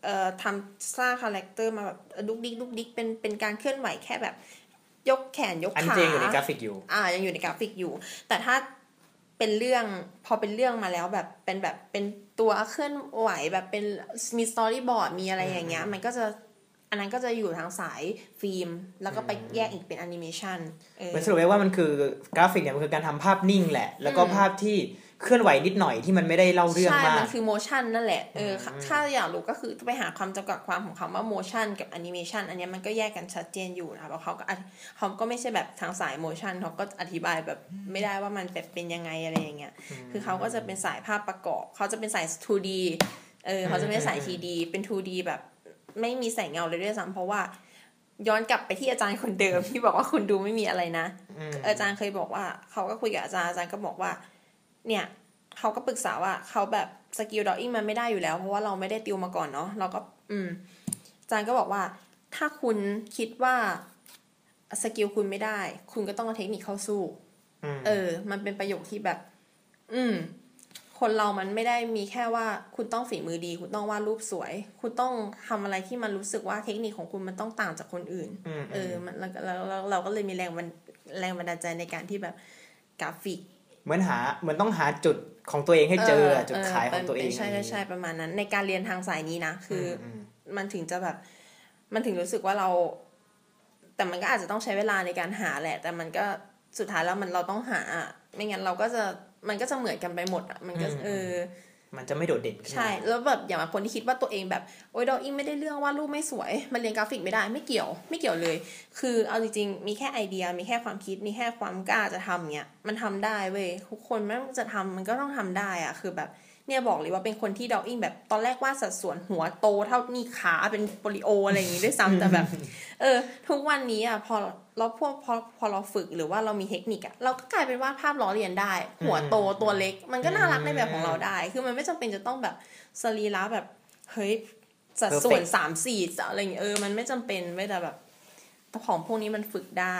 ทำสร้างคาแรคเตอร์มาแบบดุกดิกเป็นการเคลื่อนไหวแค่แบบยกแขนยกขาอันนี้อยู่ในกราฟิกอยู่ยังอยู่ในกราฟิกอยู่แต่ถ้าเป็นเรื่องพอเป็นเรื่องมาแล้วแบบเป็นตัวเคลื่อนไหวแบบเป็นมีสตอรี่บอร์ดมีอะไรอย่างเงี้ยมันก็จะอันนั้นก็จะอยู่ทางสายฟิล์มแล้วก็ไปแยกอีกเป็นแอนิเมชันมันสรุปว่ามันคือกราฟิกเนี่ยมันคือการทำภาพนิ่งแหละแล้วก็ภาพที่เคลื่อนไหวนิดหน่อยที่มันไม่ได้เล่าเรื่องมากใช่มันคือโมชั่นนั่นแหละถ้าอยากรู้ก็คือไปหาความจำกัดความของคำว่าโมชั่นกับแอนิเมชันอันนี้มันก็แยกกันชัดเจนอยู่นะเพราะเขาก็ไม่ใช่แบบทางสายโมชั่นเขาก็อธิบายแบบไม่ได้ว่ามันเป็นยังไงอะไรอย่างเงี้ยคือเขาก็จะเป็นสายภาพประกอบเขาจะเป็นสาย 2D เขาจะไม่สาย 3D เป็น 2D แบบไม่มีแสงเงาเลยด้วยซ้ำเพราะว่าย้อนกลับไปที่อาจารย์คนเดิมที่บอกว่าคุณดูไม่มีอะไรนะอาจารย์เคยบอกว่าเขาก็คุยกับอาจารย์ก็บอกว่าเนี่ยเขาก็ปรึกษาว่าเขาแบบสกิลดออิ่งมันไม่ได้อยู่แล้วเพราะว่าเราไม่ได้ติวมาก่อนเนาะเราก็อาจารย์ก็บอกว่าถ้าคุณคิดว่าสกิลคุณไม่ได้คุณก็ต้องเอาเทคนิคเข้าสู้มันเป็นประโยคที่แบบคนเรามันไม่ได้มีแค่ว่าคุณต้องฝีมือดีคุณต้องวาดรูปสวยคุณต้องทำอะไรที่มันรู้สึกว่าเทคนิคของคุณมันต้องต่างจากคนอื่นมันแล้วเราก็เลยมีแรงบันดาลใจในการที่แบบกราฟิกเหมือนต้องหาจุดของตัวเองให้เจอจุดขายของตัวเองใช่ประมาณนั้นในการเรียนทางสายนี้นะคือมันถึงจะแบบมันถึงรู้สึกว่าเราแต่มันก็อาจจะต้องใช้เวลาในการหาแหละแต่มันก็สุดท้ายแล้วเราต้องหาไม่งั้นมันก็จะเหมือนกันไปหมดอ่ะมันก็มันจะไม่โดดเด่นใช่แล้วแบบอย่างคนที่คิดว่าตัวเองแบบโอ๊ยดออิ่งไม่ได้เรื่องว่ารูปไม่สวยมันเรียนกราฟิกไม่ได้ไม่เกี่ยวเลยคือเอาจริงๆมีแค่ไอเดียมีแค่ความคิดมีแค่ความกล้าจะทำเนี้ยมันทำได้เว้ยทุกคนไม่จะทำมันก็ต้องทำได้อ่ะคือแบบเนี่ยบอกเลยว่าเป็นคนที่ดออิ่งแบบตอนแรกว่าสัดส่วนหัวโตเท่านี่ขาเป็นโปลิโออะไรอย่างงี้ด้วยซ้ำแต่แบบทุกวันนี้อ่ะพอเราฝึกหรือว่าเรามีเทคนิคอ่ะเราก็กลายเป็นวาดภาพล้อเลียนได้หัวโตตัวเล็กมันก็น่ารักในแบบของเราได้คือมันไม่จำเป็นจะต้องแบบสรีระแบบเฮ้ยสัดส่วน 3-4 อะไรอย่างเงี้ยมันไม่จำเป็นไม่แต่แบบของพวกนี้มันฝึกได้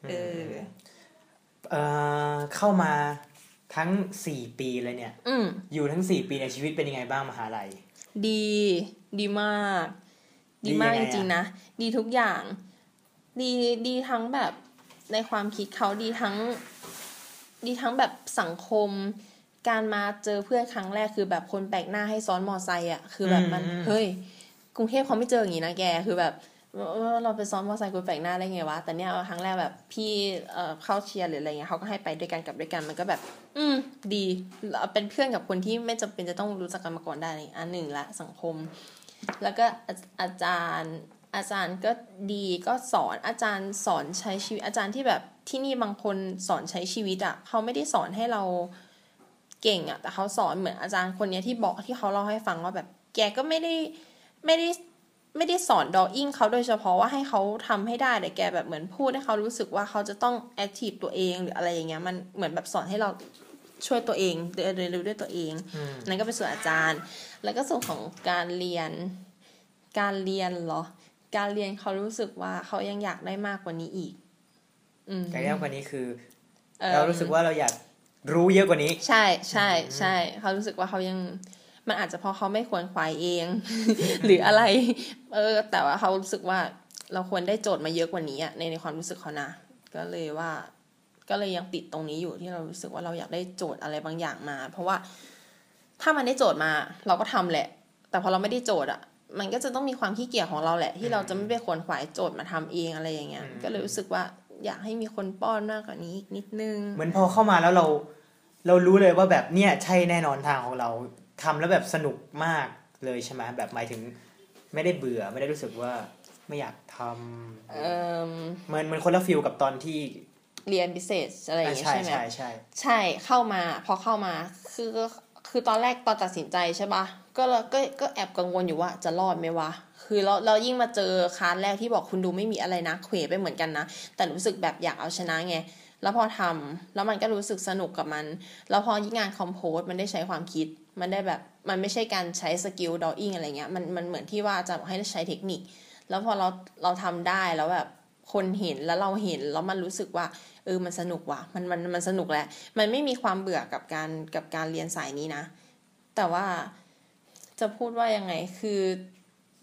เข้ามาทั้ง4ปีเลยเนี่ยอยู่ทั้ง4ปีในชีวิตเป็นยังไงบ้างมหาลัยดีมากจริงๆนะดีทุกอย่างดีทั้งแบบในความคิดเขาดีทั้งแบบสังคมการมาเจอเพื่อนครั้งแรกคือแบบคนแปลกหน้าให้ซ้อนมอไซค์อ่ะคือแบบมันเฮ้ยกรุงเทพเขาไม่เจออย่างนี้นะแกคือแบบเราไปซ้อนมอไซค์คนแปลกหน้าได้ไงวะแต่เนี่ยครั้งแรกแบบพี่เข้าเชียร์หรืออะไรเงี้ยเขาก็ให้ไปด้วยกันกลับด้วยกันมันก็แบบดีเป็นเพื่อนกับคนที่ไม่จำเป็นจะต้องรู้จักกันมาก่อนได้อันหนึ่งละสังคมแล้วก็อาจารย์ก็ดีก็สอนอาจารย์สอนใช้ชีวิตอาจารย์ที่แบบที่นี่บางคนสอนใช้ชีวิตอ่ะเขาไม่ได้สอนให้เราเก่งอ่ะแต่เขาสอนเหมือนอาจารย์คนนี้ที่บอกที่เขาเล่าให้ฟังว่าแบบแกก็ไม่ได้สอนดออิ่งเขาโดยเฉพาะว่าให้เขาทำให้ได้แต่แกแบบเหมือนพูดให้เขารู้สึกว่าเขาจะต้องแอคทีฟตัวเองหรืออะไรอย่างเงี้ยมันเหมือนแบบสอนให้เราช่วยตัวเองเรียนรู้ด้วยตัวเองนั่นก็เป็นส่วนอาจารย์แล้วก็ส่วนของการเรียนเหรอการเรียนเขารู้สึกว่าเขายังอยากได้มากกว่านี้อีกอยากได้มากกว่านี้คือเรารู้สึกว่าเราอยากรู้เยอะกว่านี้ใช่เขารู้สึกว่าเขายังมันอาจจะเพราะเขาไม่ควรขวายเอง หรืออะไรแต่ว่าเขารู้สึกว่าเราควรได้โจทย์มาเยอะกว่านี้อ่ะในความรู้สึกเขานะก็เลยยังติดตรงนี้อยู่ที่เรารู้สึกว่าเราอยากได้โจทย์อะไรบางอย่างมาเพราะว่าถ้ามันได้โจทย์มาเราก็ทำแหละแต่พอเราไม่ได้โจทย์อ่ะมันก็จะต้องมีความขี้เกียจของเราแหละที่เราจะไม่ไปขวนขวายโจทย์มาทำเองอะไรอย่างเงี้ยก็เลยรู้สึกว่าอยากให้มีคนป้อนมากกว่านี้อีกนิดนึงเหมือนพอเข้ามาแล้วเรารู้เลยว่าแบบเนี่ยใช่แน่นอนทางของเราทำแล้วแบบสนุกมากเลยใช่ไหมแบบหมายถึงไม่ได้เบื่อไม่ได้รู้สึกว่าไม่อยากทำเหมือนคนละฟีลกับตอนที่เรียนพิเศษอะไรอย่างเงี้ยใช่ไหมใช่พอเข้ามาคือตอนแรกตอนตัดสินใจใช่ปะก็แอบกังวลอยู่ว่าจะรอดไหมวะคือเรายิ่งมาเจอคลาสแรกที่บอกคุณดูไม่มีอะไรนะเขวไปเหมือนกันนะแต่รู้สึกแบบอยากเอาชนะไงแล้วพอทำแล้วมันก็รู้สึกสนุกกับมันแล้วพอยิ่งงานคอมโพสมันได้ใช้ความคิดมันได้แบบมันไม่ใช่การใช้สกิลดออิ่งอะไรเงี้ยมันเหมือนที่ว่าจะให้ใช้เทคนิคแล้วพอเราทำได้แล้วแบบคนเห็นแล้วเราเห็นแล้วมันรู้สึกว่ามันสนุกว่ะมันสนุกแหละมันไม่มีความเบื่อกับการเรียนสายนี้นะแต่ว่าจะพูดว่ายังไงคือ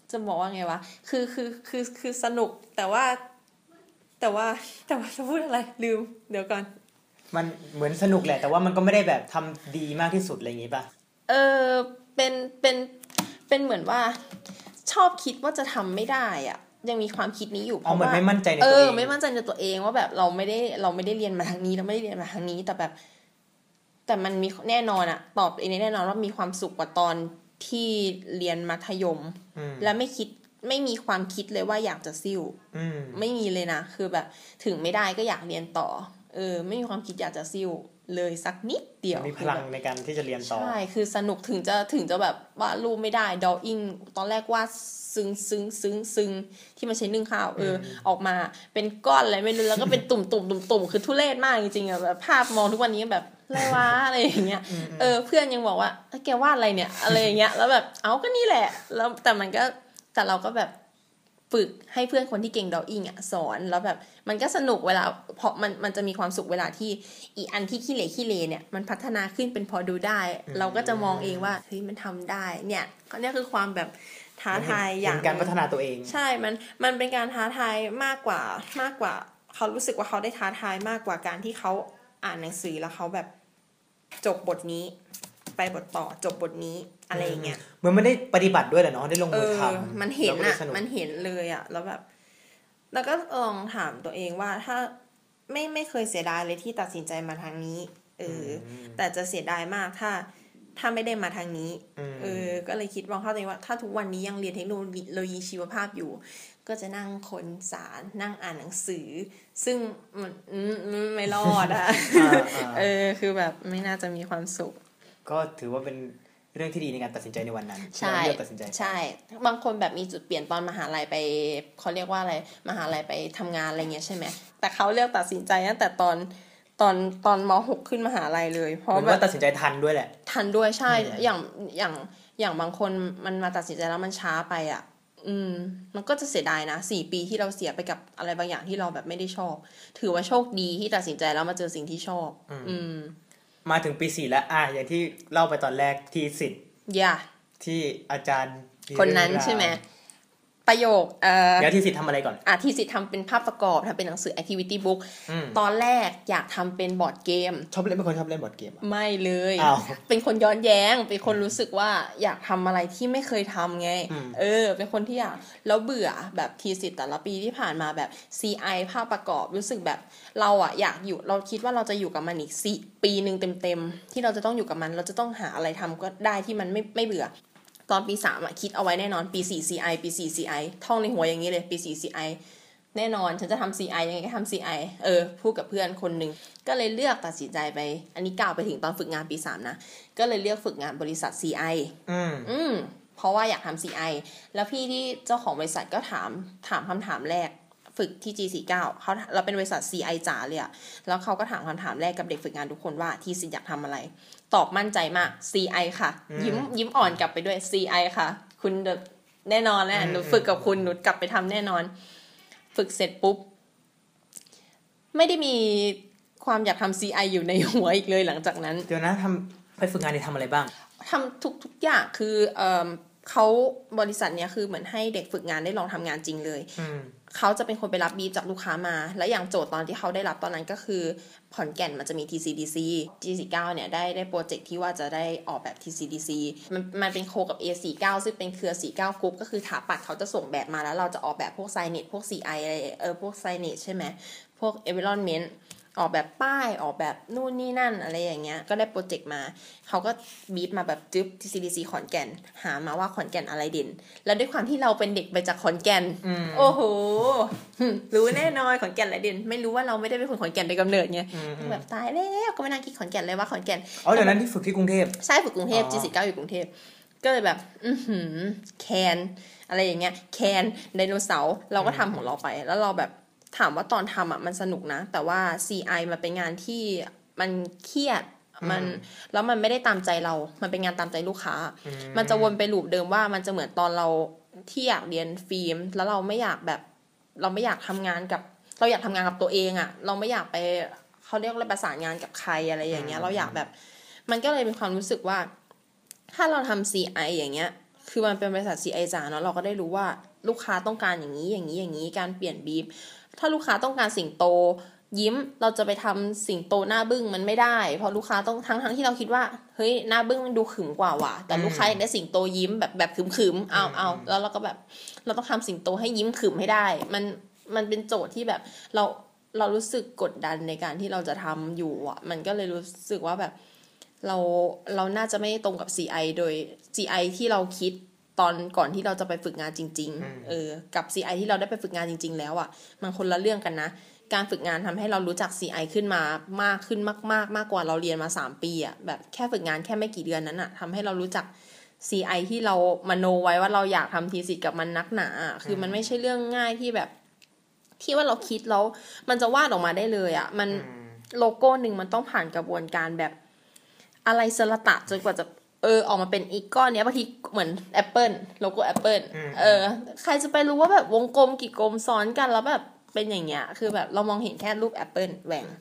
จะบอกว่าไงวะคือสนุกแต่ว่าจะพูดอะไรลืมเดี๋ยวก่อนมันเหมือนสนุกแหละแต่ว่ามันก็ไม่ได้แบบทำดีมากที่สุดอะไรอย่างงี้ป่ะเป็นเหมือนว่าชอบคิดว่าจะทำไม่ได้อ่ะยังมีความคิดนี้อยู่เพราะว่าไม่มั่นใจในตัวเองไม่มั่นใจในตัวเองว่าแบบเราไม่ได้เรียนมาทางนี้เราไม่ได้เรียนมาทางนี้แต่มันมีแน่นอนอ่ะตอบเองแน่นอนว่ามีความสุขกว่าตอนที่เรียนมัธยมและไม่มีความคิดเลยว่าอยากจะซิ่วไม่มีเลยนะคือแบบถึงไม่ได้ก็อยากเรียนต่อไม่มีความคิดอยากจะซิ่วเลยสักนิดเดียวมีพลังในการที่จะเรียนต่อใช่คือสนุกถึงจะแบบวาดรูปไม่ได้ดออิ่งตอนแรกวาดซึ้งที่มันใช้นึ่งข้าวออกมาเป็นก้อนอะไรไม่รู้แล้วก็เป็นตุ่มคือทุเรศมากจริงๆอ่ะแบบภาพมองทุกวันนี้แบบอะไรวะอะไรอย่างเงี้ยเพื่อนยังบอกว่าแกวาดอะไรเนี่ยอะไรอย่างเงี้ยแล้วแบบเอาก็นี่แหละแล้วแต่เราก็แบบฝึกให้เพื่อนคนที่เก่งดออิ่งอ่ะสอนแล้วแบบมันก็สนุกเวลาเพราะมันจะมีความสุขเวลาที่อีอันที่ขี้เหร่เนี่ยมันพัฒนาขึ้นเป็นพอดูได้เราก็จะมองเองว่าเฮ้ยมันทำได้เนี่ยนี่คือความแบบท้าทายอย่างการพัฒนาตัวเองใช่มันเป็นการท้าทายมากกว่าเขารู้สึกว่าเขาได้ท้าทายมากกว่าการที่เขาอ่านหนังสือแล้วเขาแบบจบบทนี้ไปบทต่อจบบทนี้อะไรอย่างเงี้ยเหมือนมันได้ปฏิบัติด้วยแหละเนาะได้ลงมือทำมันเห็นอ่ะมันเห็นเลยอ่ะแล้วแบบแล้วก็ลองถามตัวเองว่าถ้าไม่เคยเสียดายเลยที่ตัดสินใจมาทางนี้แต่จะเสียดายมากถ้าไม่ได้มาทางนี้ก็เลยคิดว่าเข้าใจว่าถ้าทุกวันนี้ยังเรียนเทคโนโลยีชีวภาพอยู่ก็จะนั่งค้นสารนั่งอ่านหนังสือซึ่งมันไม่รอดอ่ะคือแบบไม่น่าจะมีความสุขก็ถือว่าเป็นเรื่องที่ดีในการตัดสินใจในวันนั้นใช่ตัดสินใจใช่บางคนแบบมีจุดเปลี่ยนตอนมหาลัยไปเขาเรียกว่าอะไรมหาลัยไปทำงานอะไรเงี้ยใช่ไหมแต่เขาเลือกตัดสินใจตั้งแต่ตอนม.6 ขึ้นมหาลัยเลยเพราะว่าตัดสินใจทันด้วยแหละทันด้วยใช่อย่างบางคนมันมาตัดสินใจแล้วมันช้าไปอ่ะมันก็จะเสียดายนะ4 ปีที่เราเสียไปกับอะไรบางอย่างที่เราแบบไม่ได้ชอบถือว่าโชคดีที่ตัดสินใจแล้วมาเจอสิ่งที่ชอบมาถึงปี4แล้วอย่างที่เล่าไปตอนแรกที่สิทธิ์ที่อาจารย์คนนั้นใช่ไหมประโยคเดี๋ยวที่สิทธิ์ทำอะไรก่อนที่สิทธิ์ทำเป็นภาพประกอบทำเป็นหนังสือ activity book ตอนแรกอยากทำเป็นบอร์ดเกมเป็นคนชอบเล่นบอร์ดเกมไม่เลยเป็นคนย้อนแย้งเป็นคนรู้สึกว่าอยากทำอะไรที่ไม่เคยทำไงเป็นคนที่อยากแล้วเบื่อแบบทีสิทธิ์แต่ละปีที่ผ่านมาแบบ CI ภาพประกอบรู้สึกแบบเราอยากอยู่เราคิดว่าเราจะอยู่กับมันอีกปีนึงเต็มๆที่เราจะต้องอยู่กับมันเราจะต้องหาอะไรทำก็ได้ที่มันไม่เบื่อตอนปี3คิดเอาไว้แน่นอนปี4 CI ปี4 CI ท่องในหัวอย่างนี้เลยปี4 CI แน่นอนฉันจะทำ CI ยังไงก็ทำ CI พูดกับเพื่อนคนนึงก็เลยเลือกตัดสินใจไปอันนี้กล่าวไปถึงตอนฝึกงานปี3นะก็เลยเลือกฝึกงานบริษัท CI เพราะว่าอยากทำ CI แล้วพี่ที่เจ้าของบริษัทก็ถามคำถามแรกฝึกที่ G49 เราเป็นบริษัท CI จ๋าเลยอะแล้วเขาก็ถามคำถามแรกกับเด็กฝึกงานทุกคนว่าทีสิอยากทำอะไรตอบมั่นใจมาก CI ค่ะยิ้มอ่อนกลับไปด้วย CI ค่ะคุณแน่นอนแหละหนูฝึกกับคุณหนูกลับไปทำแน่นอนฝึกเสร็จปุ๊บไม่ได้มีความอยากทำ CI อยู่ในหัวอีกเลยหลังจากนั้นเดี๋ยวนะไปฝึกงานนี่ทำอะไรบ้างทำทุกอย่างคือเขาบริษัทเนี้ยคือเหมือนให้เด็กฝึกงานได้ลองทำงานจริงเลยเขาจะเป็นคนไปรับบีฟจากลูกค้ามาและอย่างโจทย์ตอนที่เขาได้รับตอนนั้นก็คือขอนแก่นมันจะมี TCDC G49 เนี่ยได้โปรเจกต์ที่ว่าจะได้ออกแบบ TCDC มันเป็นโคกับ A49 ซึ่งเป็นเครือ49กรุ๊ปก็คือถาปัดเขาจะส่งแบบมาแล้วเราจะออกแบบพวกไซเน็ตพวก CI อะไรพวกไซเน็ตใช่ไหมพวก environmentออกแบบป้ายออกแบบนู่นนี่นั่นอะไรอย่างเงี้ยก็ได้โปรเจกต์มาเขาก็บีบมาแบบจึ๊บ TCDC ขอนแก่นหามาว่าขอนแก่นอะไรเด่นแล้วด้วยความที่เราเป็นเด็กไปจากขอนแก่นโอ้โหรู้แน่นอนขอนแก่นอะไรเด่นไม่รู้ว่าเราไม่ได้เป็นคนขอนแก่นโดยกำเนิดไงแบบตายแล้วก็ไม่น่าคิดขอนแก่นเลยว่าขอนแก่นเดี๋ยวนั้นที่ฝึกที่กรุงเทพใช่ฝึกกรุงเทพ G49 อยู่กรุงเทพก็เลยแบบแคนอะไรอย่างเงี้ยแคนไดโนเสาร์เราก็ทำของเราไปแล้วเราแบบถามว่าตอนทำมันสนุกนะแต่ว่า CI มันเป็นงานที่มันเครียดแล้วมันไม่ได้ตามใจเรามันเป็นงานตามใจลูกค้ามันจะวนไปลูปเดิมว่ามันจะเหมือนตอนเราที่อยากเรียนฟิล์มแล้วเราไม่อยากทำงานกับเราอยากทำงานกับตัวเองเราไม่อยากไปเขาเรียกว่าประสานงานกับใครอะไรอย่างเงี้ยเราอยากแบบมันก็เลยมีความรู้สึกว่าถ้าเราทำ CI อย่างเงี้ยคือมันเป็นบริษัท CI จ๋าเนาะเราก็ได้รู้ว่าลูกค้าต้องการอย่างนี้อย่างนี้อย่างนี้การเปลี่ยนบีฟถ้าลูกค้าต้องการสิงโตยิ้มเราจะไปทำสิงโตหน้าบึ้งมันไม่ได้เพราะลูกค้าต้องทั้งที่เราคิดว่าเฮ้ยหน้าบึ้งมันดูขึมกว่าว่ะแต่ลูกค้าอยากได้สิงโตยิ้มแบบขึมๆเอาแล้วเราก็แบบเราต้องทำสิงโตให้ยิ้มขึมให้ได้มันเป็นโจทย์ที่แบบเรารู้สึกกดดันในการที่เราจะทำอยู่อ่ะมันก็เลยรู้สึกว่าแบบเราน่าจะไม่ตรงกับ CI โดย CI ที่เราคิดตอนก่อนที่เราจะไปฝึกงานจริงๆกับ CI ที่เราได้ไปฝึกงานจริงๆแล้วอ่ะมันคนละเรื่องกันนะการฝึกงานทำให้เรารู้จัก CI ขึ้นมามากขึ้นมากกว่าเราเรียนมา3ปีอ่ะแบบแค่ฝึกงานแค่ไม่กี่เดือนนั้นอ่ะทำให้เรารู้จัก CI ที่เรามโนไว้ว่าเราอยากทำทีสิทธิ์กับมันนักหนาคือมันไม่ใช่เรื่องง่ายที่แบบที่ว่าเราคิดแล้วมันจะวาดออกมาได้เลยอ่ะมันโลโก้นึงมันต้องผ่านกระบวนการแบบอะไรสละตะจนกว่าจะออกมาเป็นอีกก้อนเนี้ยบางทีเหมือน Apple โลโก้ Apple ใครจะไปรู้ว่าแบบวงกลมกี่กลมซ้อนกันแล้วแบบเป็นอย่างเงี้ยคือแบบเรามองเห็นแค่รูป Apple แหว่ง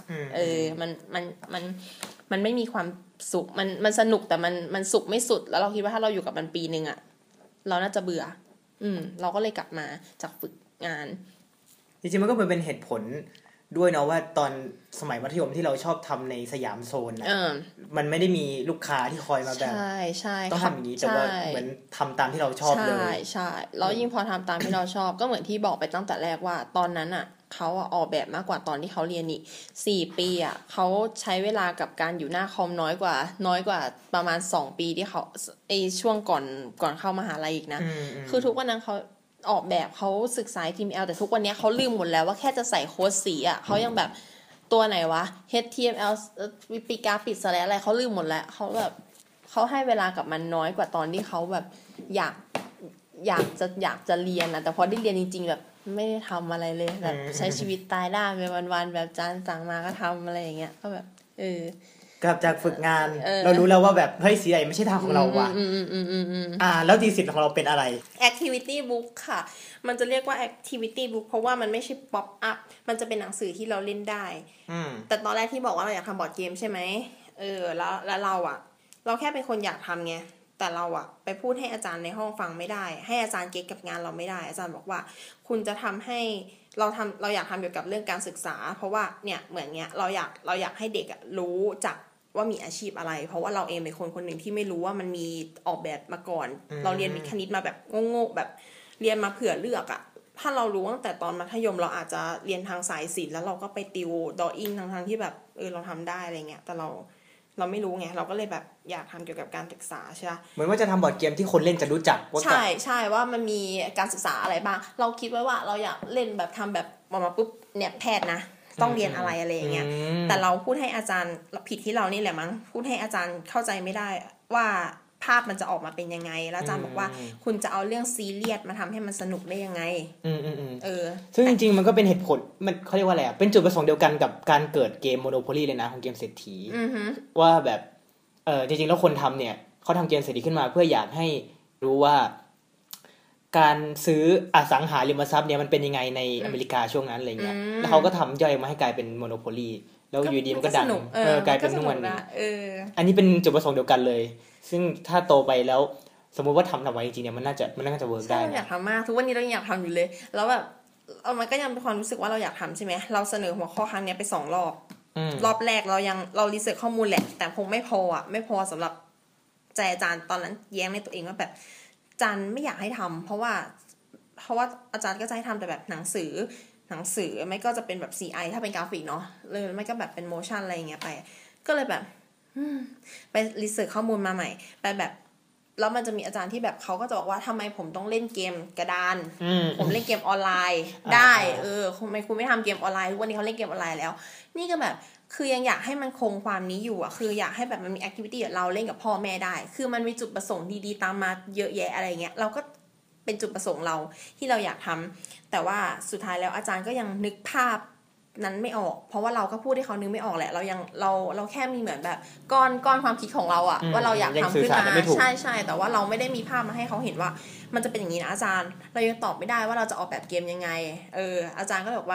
มันไม่มีความสุขมันสนุกแต่มันสุขไม่สุดแล้วเราคิดว่าถ้าเราอยู่กับมันปีนึงอ่ะเราน่าจะเบื่อเราก็เลยกลับมาจากฝึกงานจริงๆมันก็เป็นเหตุผลด้วยเนาะว่าตอนสมัยมัธยมที่เราชอบทำในสยามโซนมันไม่ได้มีลูกค้าที่คอยมาแบบใช่ต้องทำอย่างนี้แต่ว่าเหมือนทำตามที่เราชอบเลยใช่แล้วยิ่งพอทำตามที่เราชอบก็เหมือนที่บอกไปตั้งแต่แรกว่าตอนนั้นอ่ะเขาออกแบบมากกว่าตอนที่เขาเรียนอีก4ปีอ่ะเขาใช้เวลากับการอยู่หน้าคอมน้อยกว่าประมาณ2ปีที่เขาช่วงก่อนเข้ามหาลัยอีกนะคือทุกวันนั้นเขาออกแบบเขาศึกษา HTML แต่ทุกวันนี้เขาลืมหมดแล้วว่าแค่จะใส่โค้ดสีอ่ะเขายังแบบตัวไหนวะ HTML ปีกราฟิกอะไรเขาลืมหมดแล้วเขาแบบเขาให้เวลากับมันน้อยกว่าตอนที่เขาแบบอยากจะเรียนนะแต่พอได้เรียนจริงๆแบบไม่ได้ทำอะไรเลยแบบใช้ชีวิตตายด้านไปวันๆแบบจานสั่งมาก็ทำอะไรอย่างเงี้ยก็แบบกลับจากฝึกงานเรารู้แล้วว่าแบบเฮ้ยสีไหนไม่ใช่ทางของเราว่ะแล้วทีสิทธิ์ของเราเป็นอะไร activity book ค่ะมันจะเรียกว่า activity book เพราะว่ามันไม่ใช่ pop up มันจะเป็นหนังสือที่เราเล่นได้แต่ตอนแรกที่บอกว่าเราอยากทำบอร์ดเกมใช่ไหมแล้วเราแค่เป็นคนอยากทำไงแต่เราไปพูดให้อาจารย์ในห้องฟังไม่ได้ให้อาจารย์เก็ตกับงานเราไม่ได้อาจารย์บอกว่าคุณจะทำให้เราอยากทำเกี่ยวกับเรื่องการศึกษาเพราะว่าเนี่ยเหมือนเงี้ยเราอยากให้เด็กรู้จักว่ามีอาชีพอะไรเพราะว่าเราเองเป็นคนหนึ่งที่ไม่รู้ว่ามันมีออกแบบมาก่อนเราเรียนวิทย์คณิตมาแบบโง่ๆแบบเรียนมาเผื่อเลือกถ้าเรารู้ตั้งแต่ตอนมัธยมเราอาจจะเรียนทางสายศิลป์แล้วเราก็ไปติวดออิ่งทางที่แบบเราทำได้อะไรเงี้ยแต่เราไม่รู้ไงเราก็เลยแบบอยากทำเกี่ยวกับการศึกษาใช่ไหมเหมือนว่าจะทำบอร์ดเกมที่คนเล่นจะรู้จักใช่ว่ามันมีการศึกษาอะไรบ้างเราคิดไว้ว่าเราอยากเล่นแบบทำแบบมาปุ๊บเนี่ยแพทย์นะต้องเรียนอะไรอย่างเงี้ยแต่เราพูดให้อาจารย์ผิดที่เรานี่แหละมั้งพูดให้อาจารย์เข้าใจไม่ได้ว่าภาพมันจะออกมาเป็นยังไงแล้วอาจารย์บอกว่าคุณจะเอาเรื่องซีเรียสมาทำให้มันสนุกได้ยังไงซึ่งจริงๆมันก็เป็นเหตุผลมันเขาเรียกว่าอะไรเป็นจุดประสงค์เดียวกันกับการเกิดเกม Monopoly เลยนะของเกมเศรษฐีว่าแบบจริงๆแล้วคนทำเนี่ยเขาทำเกมเศรษฐีขึ้นมาเพื่ออยากให้รู้ว่าการซื้ออสังหาริมทรัพย์เนี่ยมันเป็นยังไงในอเมริกาช่วงนั้นอะไรเงี้ยแล้วเขาก็ทำย่อยมาให้กลายเป็น Monopoly แล้วอยู่ดีมันก็ดังกลายเป็นนู่นอันนี้เป็นจุดประสงค์เดียวกันเลยซึ่งถ้าโตไปแล้วสมมุติว่าทำไว้จริงๆเนี่ยมันน่าจะเวิร์กได้นะอยากทำมากทุกวันนี้เรายังอยากทำอยู่เลยแล้วแบบมันก็ยังเป็นความรู้สึกว่าเราอยากทำใช่ไหมเราเสนอหัวข้อครั้งนี้ไป2 รอบแรกเรารีเสิร์ชข้อมูลแหละแต่คงไม่พอสำหรับใจอาจารย์ตอนนั้นแย้งในตัวเองว่าแบบอาจารย์ไม่อยากให้ทำเพราะว่าอาจารย์ก็จะให้ทำแต่แบบหนังสือไม่ก็จะเป็นแบบ CI ถ้าเป็นกราฟิกเนาะเลยไม่ก็แบบเป็นโมชั่นอะไรอย่างเงี้ยไปก็เลยแบบไปรีเสิร์ชข้อมูลมาใหม่ไปแบบแล้วมันจะมีอาจารย์ที่แบบเขาก็จะบอกว่าทำไมผมต้องเล่นเกมกระดานผมเล่นเกมออนไลน์ได้ทำไมคุณไม่ทำเกมออนไลน์วันนี้เขาเล่นเกมออนไลน์แล้วนี่ก็แบบคือยังอยากให้มันคงความนี้อยู่คืออยากให้แบบมันมีแอคทิวิตี้เราเล่นกับพ่อแม่ได้คือมันมีจุดประสงค์ดีๆตามมาเยอะแยะอะไรเงี้ยเราก็เป็นจุดประสงค์เราที่เราอยากทำแต่ว่าสุดท้ายแล้วอาจารย์ก็ยังนึกภาพนั้นไม่ออกเพราะว่าเราก็พูดให้เขานึกไม่ออกแหละเราแค่มีเหมือนแบบก้อนความคิดของเราว่าเราอยากทำขึ้นมาใช่แต่ว่าเราไม่ได้มีภาพมาให้เขาเห็นว่ามันจะเป็นอย่างนี้นะอาจารย์เรายังตอบไม่ได้ว่าเราจะออกแบบเกมยังไงอาจารย์ก็บอกว่า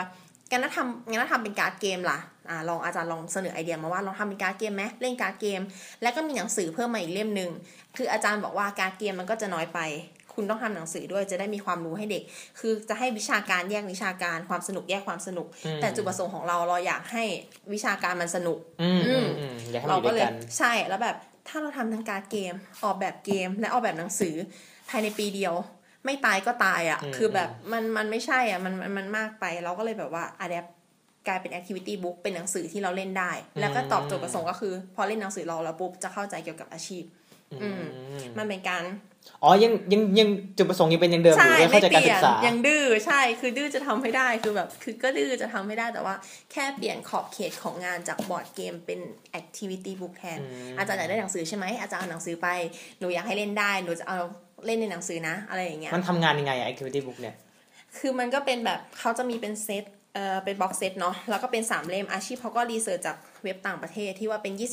งั้นถ้าทำเป็นการ์ดเกมล่ะลองอาจารย์ลองเสนอไอเดียมาว่าลองทำเป็นการ์ดเกมไหมเล่นการ์ดเกมแล้วก็มีหนังสือเพิ่มมาอีกเล่มนึงคืออาจารย์บอกว่าการ์ดเกมมันก็จะน้อยไปคุณต้องทำหนังสือด้วยจะได้มีความรู้ให้เด็กคือจะให้วิชาการแยกวิชาการความสนุกแยกความสนุกแต่จุดประสงค์ของเราอยากให้วิชาการมันสนุกเราก็เลยใช่แล้วแบบถ้าเราทำทั้งการ์ดเกมออกแบบเกมและออกแบบหนังสือภายในปีเดียวไม่ตายก็ตายอ่ะคือแบบมันไม่ใช่อ่ะมันมากไปเราก็เลยแบบว่าadaptกลายเป็น activity book เป็นหนังสือที่เราเล่นได้แล้วก็ตอบโจทย์ประสงค์ก็คือพอเล่นหนังสือเราแล้วปุ๊บจะเข้าใจเกี่ยวกับอาชีพมันเป็นการยังจุดประสงค์ยังเป็นอย่างเดิมอยู่ยังเข้าใจการศึกษายังดื้อใช่คือดื้อจะทำให้ได้คือแบบคือก็ดื้อจะทำให้ได้แต่ว่าแค่เปลี่ยนขอบเขตของงานจากบอร์ดเกมเป็น activity book แทนอาจารย์อยากได้หนังสือใช่ไหมอาจารย์เอาหนังสือไปหนูอยากให้เล่นได้หนูจะเอาเล่นในหนังสือนะอะไรอย่างเงี้ยมันทำงานยังไงอะ activity book เนี่ยคือมันก็เป็นแบบเขาจะมีเป็นเซตเป็นบ็อกเซตเนาะแล้วก็เป็น3เล่มอาชีพเขาก็รีเสิร์ชจากเว็บต่างประเทศที่ว่าเป็น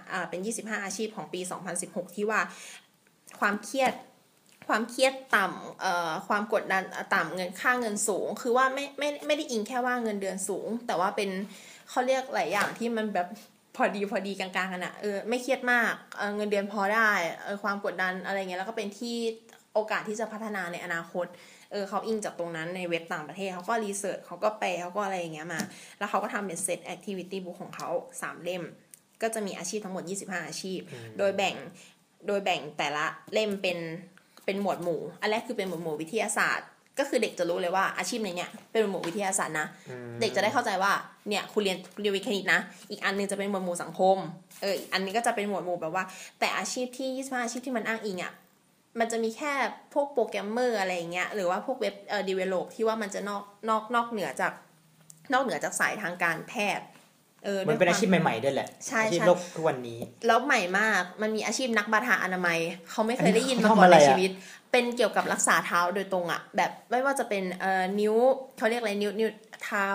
25อาชีพของปี2016ที่ว่าความเครียดต่ำความกดดันต่ำเงินค่าเงินสูงคือว่าไม่ได้อิงแค่ว่าเงินเดือนสูงแต่ว่าเป็นเขาเรียกหลายอย่างที่มันแบบพอดีกลางๆกันอะไม่เครียดมากเงินเดือนพอได้ความกดดันอะไรเงี้ยแล้วก็เป็นที่โอกาสที่จะพัฒนาในอนาคตเขาอิงจากตรงนั้นในเว็บต่างประเทศเขาก็รีเสิร์ชเขาก็แปลเขาก็อะไรอย่างเงี้ยมาแล้วเขาก็ทำเป็นเซตแอคทิวิตี้บุ๊กของเขา3เล่มก็จะมีอาชีพทั้งหมด25อาชีพโดยแบ่งแต่ละเล่มเป็นหมวดหมู่อันแรกคือเป็นหมวดหมู่วิทยาศาสตร์ก็คือเด็กจะรู้เลยว่าอาชีพในเนี้ยเป็นหมวดหมู่วิทยาศาสตร์นะเด็กจะได้เข้าใจว่าเนี่ยคุณเรียนวิทย์คณิตนะอีกอันนึงจะเป็นหมวดหมู่สังคมอีกอันนี้ก็จะเป็นหมวดหมู่แบบว่าแต่อาชีพที่25อาชีพที่มันอ้างอิงอ่ะมันจะมีแค่พวกโปรแกรมเมอร์อะไรอย่างเงี้ยหรือว่าพวกเว็บdevelop ที่ว่ามันจะนอกเหนือจากสายทางการแพทย์มันเป็นอาชีพใหม่ๆด้วยแหละอาชีพโลกทุกวันนี้แล้วใหม่มากมันมีอาชีพนักบาดาอนามัยเขาไม่เคยได้ยินมาก่อนในชีวิตเป็นเกี่ยวกับรักษาเท้าโดยตรงอ่ะแบบไม่ว่าจะเป็นนิ้วเขาเรียกอะไรนิ้วเท้า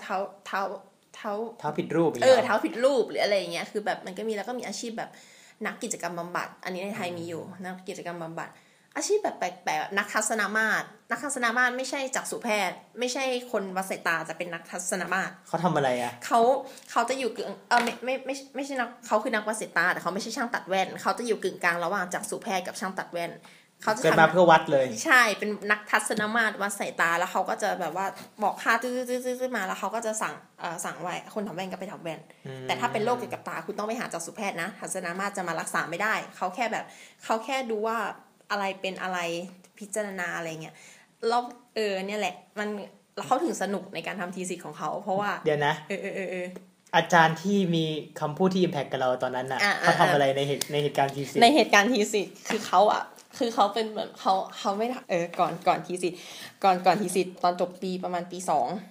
ผิดรูปเท้าผิดรูปหรืออะไรอย่างเงี้ยคือแบบมันก็มีแล้วก็มีอาชีพแบบนักกิจกรรมบำบัดอันนี้ในไทยมีอยู่นักกิจกรรมบำบัดอาชีพแบบแปลกๆนักทัศนมาตรไม่ใช่จักษุแพทย์ไม่ใช่คนวัดสายตาจะเป็นนักทัศนมาตรเขาทำอะไรอ่ะเขาจะอยู่กึ่งไม่ใช่นักเขาคือนักวัดสายตาแต่เขาไม่ใช่ช่างตัดแว่นเขาจะอยู่กึ่งกลางระหว่างจักษุแพทย์กับช่างตัดแว่นเขาจะมาเพื่อวัดเลยใช่เป็นนักทัศนมาตรวัดสายตาแล้วเขาก็จะแบบว่าบอกค่าตื้อมาแล้วเขาก็จะสั่งไว้คนทำแว่นก็ไปทำแว่นแต่ถ้าเป็นโรคเกี่ยวกับตาคุณต้องไปหาจักษุแพทย์นะทัศนมาตรจะมารักษาไม่ได้เขาแค่ดูว่าอะไรเป็นอะไรพิจารณาอะไรเงี้ยแล้วเนี่ยแหละมันเขาถึงสนุกในการทำทีสิทธิ์ของเขาเพราะว่าเดี๋ยวนะอาจารย์ที่มีคำพูดที่ impact กับเราตอนนั้นน่ะเขาทำอะไรในเหตุการณ์ทีสิทธิ์ในเหตุการณ์ทีสิทธิ์คือเขาเป็นเหมือนเขาไม่ก่อนทีสิทธิ์ก่อนทีสิทธิ์ตอนจบปีประมาณปี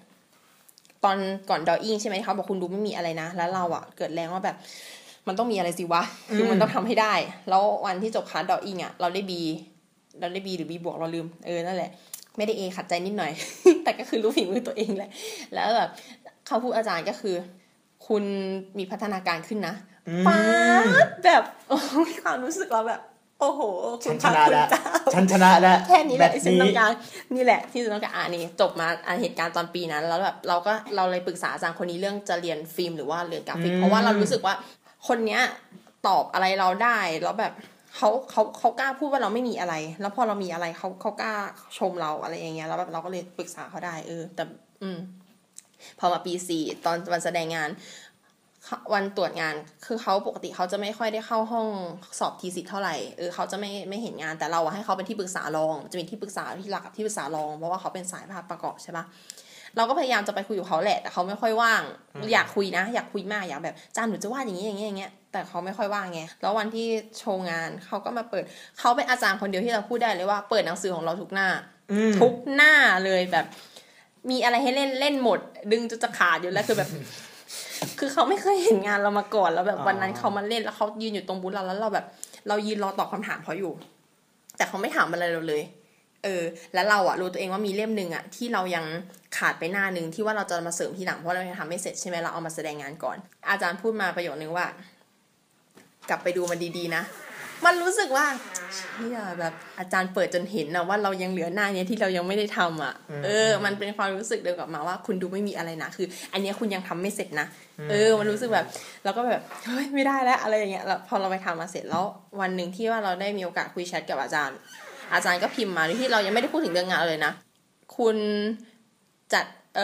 2ตอนก่อนดออิ่งใช่ไหมเขาบอกคุณดูไม่มีอะไรนะแล้วเราเกิดแรงว่าแบบมันต้องมีอะไรสิวะคือมันต้องทำให้ได้แล้ววันที่จบคลาสดออิ่งเราได้ B หรือ B บวกเราลืมนั่นแหละไม่ได้ A ขัดใจนิดหน่อย แต่ก็คือรู้ฝีมือตัวเองแหละแล้วแบบเขาพูดอาจารย์ก็คือคุณมีพัฒนาการขึ้นนะป๊าดแบบมีความรู้สึกเราแบบโอ้โหฉันชนะแล้วแค่นี้แหละที่ฉันต้องการนี่แหละที่ฉันต้องการนี่จบมาเหตุการณ์ตอนปีนั้นแล้วแบบเราเลยปรึกษาอาจารย์คนนี้เรื่องจะเรียนฟิล์มหรือว่าเรียนกราฟิกเพราะว่าเรารู้สึกว่าคนเนี้ยตอบอะไรเราได้แล้วแบบเขากล้าพูดว่าเราไม่มีอะไรแล้วพอเรามีอะไรเขากล้าชมเราอะไรอย่างเงี้ยแล้วแบบเราก็เลยปรึกษาเขาได้แต่พอมาปี4ตอนวันแสดงงานวันตรวจงานคือเขาปกติเขาจะไม่ค่อยได้เข้าห้องสอบทีสิทธิ์เท่าไหร่เขาจะไม่เห็นงานแต่เราให้เขาเป็นที่ปรึกษารองจะมีที่ปรึกษาที่หลักกับที่ปรึกษารองเพราะว่าเขาเป็นสายภาพประกอบใช่ปะเราก็พยายามจะไปคุยกับเขาแหละแต่เขาไม่ค่อยว่างอยากคุยนะอยากคุยมากอยากแบบจานหนูจะวาดอย่างนี้แต่เขาไม่ค่อยว่างไงแล้ววันที่โชว์งานเขาก็มาเปิดเขาเป็นอาจารย์คนเดียวที่เราพูดได้เลยว่าเปิดหนังสือของเราทุกหน้าเลยแบบมีอะไรให้เล่นหมดดึงจนจะขาดอยู่แล้วคือแบบคือเขาไม่เคยเห็นงานเรามาก่อนแล้วแบบวันนั้นเขามาเล่นแล้วเขายืนอยู่ตรงบูธเราแล้วเราแบบเรายืนรอตอบคำถามเขาอยู่แต่เขาไม่ถามอะไรเราเลยแล้วเรารู้ตัวเองว่ามีเล่มนึงที่เรายังขาดไปหน้านึงที่ว่าเราจะมาเสริมทีหลังเพราะเรายังทำไม่เสร็จใช่ไหมเราเอามาแสดงงานก่อนอาจารย์พูดมาประโยคนึงว่ากลับไปดูมันดีๆนะมันรู้สึกว่าเฮียแบบอาจารย์เปิดจนเห็นนะว่าเรายังเหลือหน้าเนี้ยที่เรายังไม่ได้ทำอ่ะมันเป็นความรู้สึกเดินกลับมาว่าคุณดูไม่มีอะไรนะคืออันนี้คุณยังทำไม่เสร็จนะมันรู้สึกแบบเราก็แบบเฮ้ยไม่ได้แล้วอะไรอย่างเงี้ยแล้วพอเราไปทำมาเสร็จแล้ววันนึงที่ว่าเราได้มีโอกาสคุยแชทกับอาจารย์ก็พิมพ์มาที่เรายังไม่ได้พูดถึงเรื่องงานเลยนะคุณจัด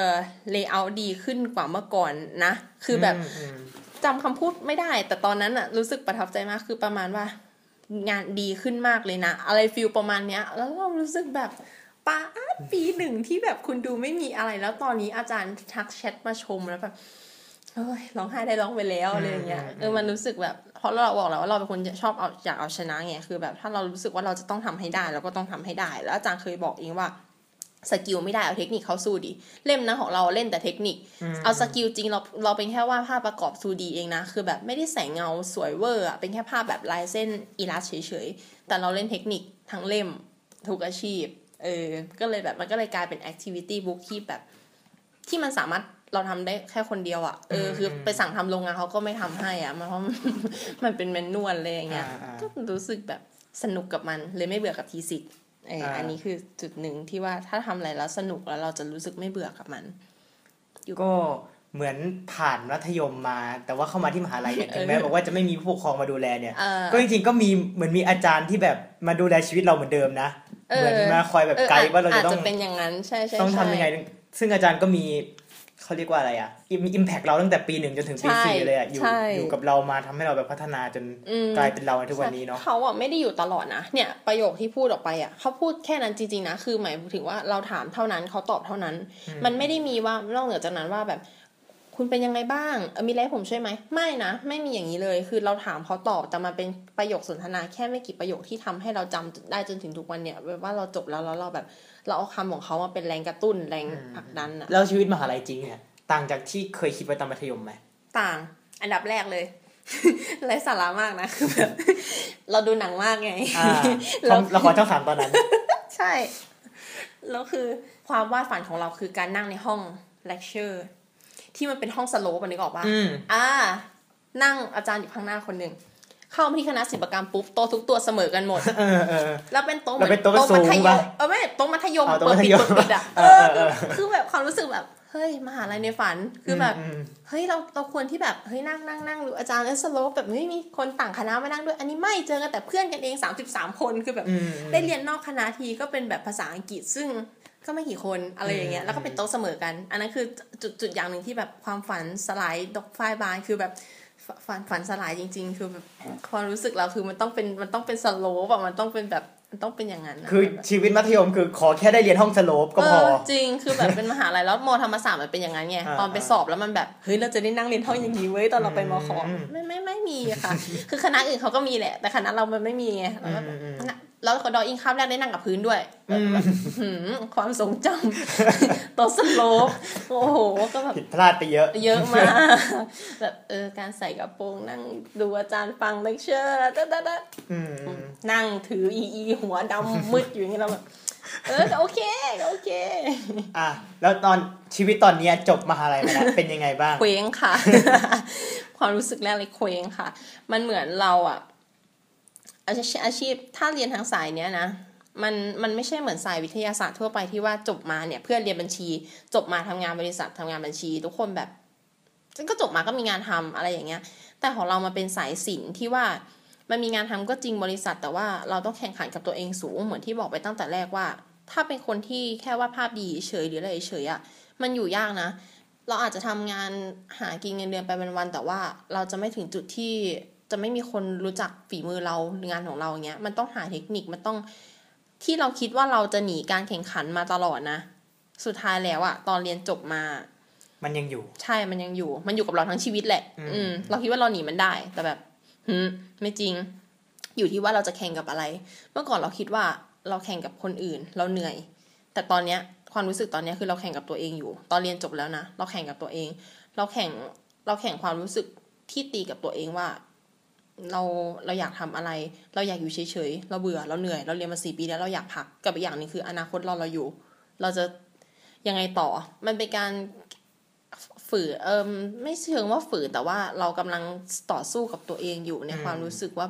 layout ดีขึ้นกว่าเมื่อก่อนนะคือแบบจำคำพูดไม่ได้แต่ตอนนั้นอะรู้สึกประทับใจมากคือประมาณว่างานดีขึ้นมากเลยนะอะไรฟีลประมาณเนี้ยแล้วเรารู้สึกแบบป้าปีหนึ่งที่แบบคุณดูไม่มีอะไรแล้วตอนนี้อาจารย์ทักแชทมาชมแล้วแบบเฮ้ยร้องไห้ได้ร้องไปแล้วอะไรอย่างเงี้ยมันรู้สึกแบบเพราะเราบอกแล้วว่าเราเป็นคนชอบอยากเอาชนะไงคือแบบถ้าเรารู้สึกว่าเราจะต้องทำให้ได้เราก็ต้องทำให้ได้แล้วอาจารย์เคยบอกเองว่าสกิลไม่ได้เอาเทคนิคเข้าสู้ดิเล่มนะของเราเล่นแต่เทคนิคเอาสกิลจริงเราเป็นแค่วาดภาพประกอบ 2D เองนะคือแบบไม่ได้แสงเงาสวยเวอร์อ่ะเป็นแค่ภาพแบบลายเส้นอีลัสเฉยๆแต่เราเล่นเทคนิคทั้งเล่มทุกอาชีพก็เลยแบบมันก็เลยกลายเป็น activity book ที่แบบที่มันสามารถเราทำได้แค่คนเดียวอ่ะคือไปสั่งทำโรงงานเขาก็ไม่ทำให้อ่ะเพราะมันเป็นแมนนวลอะไรอย่างเงี้ยก็รู้สึกแบบสนุกกับมันเลยไม่เบื่อกับทีสิทธ์อันนี้คือจุดหนึ่งที่ว่าถ้าทำอะไรแล้วสนุกแล้วเราจะรู้สึกไม่เบื่อกับมันก็เหมือนผ่านมัธยมมาแต่ว่าเข้ามาที่มหาลัยเนี่ยถึงแม้บอกว่าจะไม่มีผู้ปกครองมาดูแลเนี่ยก็จริงๆก็มีเหมือนมีอาจารย์ที่แบบมาดูแลชีวิตเราเหมือนเดิมนะเหมือนมาคอยแบบไกด์ว่าเราจะต้องเป็นอย่างนั้นใช่ๆต้องทำยังไงซึ่งอาจารย์ก็มีเขาเรียกว่าอะไรอ่ะมี impact เราตั้งแต่ปี1จนถึงปี4เลยอ่ะอยู่กับเรามาทำให้เราแบบพัฒนาจนกลายเป็นเราในทุกวันนี้เนาะเขาอ่ะไม่ได้อยู่ตลอดนะเนี่ยประโยคที่พูดออกไปอ่ะเขาพูดแค่นั้นจริงๆนะคือหมายถึงว่าเราถามเท่านั้นเขาตอบเท่านั้นมันไม่ได้มีว่านอกเหนือจากนั้นว่าแบบคุณเป็นยังไงบ้างมีอะไรให้ผมช่วยไหมไม่นะไม่มีอย่างนี้เลยคือเราถามเขาตอบแต่มันเป็นประโยคสนทนาแค่ไม่กี่ประโยคที่ทำให้เราจำได้จนถึงทุกวันเนี่ยว่าเราจบแล้วเราแบบเราเอาคำของเขามาเป็นแรงกระตุ้นแรงผลักดันอะแล้วชีวิตมหาลัยจริงเนี่ยต่างจากที่เคยคิดไว้ตอนมัธยมไหมต่างอันดับแรกเลยไร้สาระมากนะคือแบบเราดูหนังมากไงเราขอช่อง3ตอนนั้นใช่แล้วคือความวาดฝันของเราคือการนั่งในห้องเลคเชอร์ที่มันเป็นห้องสโลปนึกออกป่ะนั่งอาจารย์อยู่ข้างหน้าคนหนึ่งเข้ามาที่คณะศิลปกรรมปุ๊บโต๊ะทุกตัวเสมอกันหมดแล้วเป็นโต๊ะเหมือนโต๊ะมัธยมไม่โต๊ะมัธยมเปิดปิดอ่ะคือแบบความรู้สึกแบบเฮ้ยมหาลัยในฝันคือแบบเฮ้ยเราควรที่แบบเฮ้ยนั่งหรืออาจารย์สโลปแบบไม่มีคนต่างคณะมานั่งด้วยอันนี้ไม่เจอกันแต่เพื่อนกันเอง33คนคือแบบได้เรียนนอกคณะทีก็เป็นแบบภาษาอังกฤษซึ่งก็ไม่กี่คนอะไรอย่างเงี้ยแล้วก็เป็นโต๊ะเสมอกันอันนั้นคือจุดอย่างนึงที่แบบความฝันสลายดอกฝ้ายบานคือแบบฝันสลายจริงๆคือแบบความรู้สึกเราคือมันต้องเป็นสโลปมันต้องเป็นแบบมันต้องเป็นอย่างนั้นคือชีวิตมัธยมคือขอแค่ได้เรียนห้องสโลปก็พอจริงคือแบบเป็นมหาลัยแล้วม.ธรรมศาสตร์มันเป็นอย่างนั้นไงตอนไปสอบแล้วมันแบบเฮ้ยเราจะได้นั่งเรียนห้องอย่างนี้เว้ยตอนเราไปม.ข.ไม่มีค่ะคือคณะอื่นเขาก็มีแหละแต่คณะเรามันไม่มีไงแล้วก็ดออิงคาบแรกได้นั่งกับพื้นด้วยความทรงจำตัวสโลปโอ้โหก็แบบผิดพลาดไปเยอะมากแบบการใส่กระโปรงนั่งดูอาจารย์ฟังเลคเชอร์นั่งถืออีหัวดำมืดอยู่อย่างนี้เราแบบก็โอเคแล้วตอนชีวิตตอนนี้จบมหาลัยมาแล้วเป็นยังไงบ้างเคว้งค่ะ ความรู้สึกแรกเลยเคว้งค่ะมันเหมือนเราอ่ะอาชีพถ้าเรียนทางสายเนี้ยนะมันไม่ใช่เหมือนสายวิทยาศาสตร์ทั่วไปที่ว่าจบมาเนี่ยเพื่อนเรียนบัญชีจบมาทำงานบริษัททำงานบัญชีทุกคนแบบก็จบมาก็มีงานทำอะไรอย่างเงี้ยแต่ของเรามาเป็นสายศิลป์ที่ว่ามันมีงานทำก็จริงบริษัทแต่ว่าเราต้องแข่งขันกับตัวเองสูงเหมือนที่บอกไปตั้งแต่แรกว่าถ้าเป็นคนที่แค่วาดภาพดีเฉยหรืออะไรเฉยอ่ะมันอยู่ยากนะเราอาจจะทำงานหากินเงินเดือนไปวันๆแต่ว่าเราจะไม่ถึงจุดที่จะไม่มีคนรู้จักฝีมือเรางานของเราอย่างเงี้ยมันต้องหาเทคนิคมันต้องที่เราคิดว่าเราจะหนีการแข่งขันมาตลอดนะสุดท้ายแล้วอะตอนเรียนจบมามันยังอยู่ใช่มันยังอยู่มันอยู่กับเราทั้งชีวิตแหละเราคิดว่าเราหนีมันได้แต่แบบไม่จริงอยู่ที่ว่าเราจะแข่งกับอะไรเมื่อก่อนเราคิดว่าเราแข่งกับคนอื่นเราเหนื่อยแต่ตอนเนี้ยความรู้สึกตอนนี้คือเราแข่งกับตัวเองอยู่ตอนเรียนจบแล้วนะเราแข่งกับตัวเองเราแข่งความรู้สึกที่ตีกับตัวเองว่าเราอยากทำอะไรเราอยากอยู่เฉยๆเราเบื่อเราเหนื่อยเราเรียนมา4 ปีแล้วเราอยากพักกับอีกอย่างนึงคืออนาคตเราอยู่เราจะยังไงต่อมันเป็นการฝืนไม่เชิงว่าฝืนแต่ว่าเรากำลังต่อสู้กับตัวเองอยู่ในความรู้สึกว่าแบบ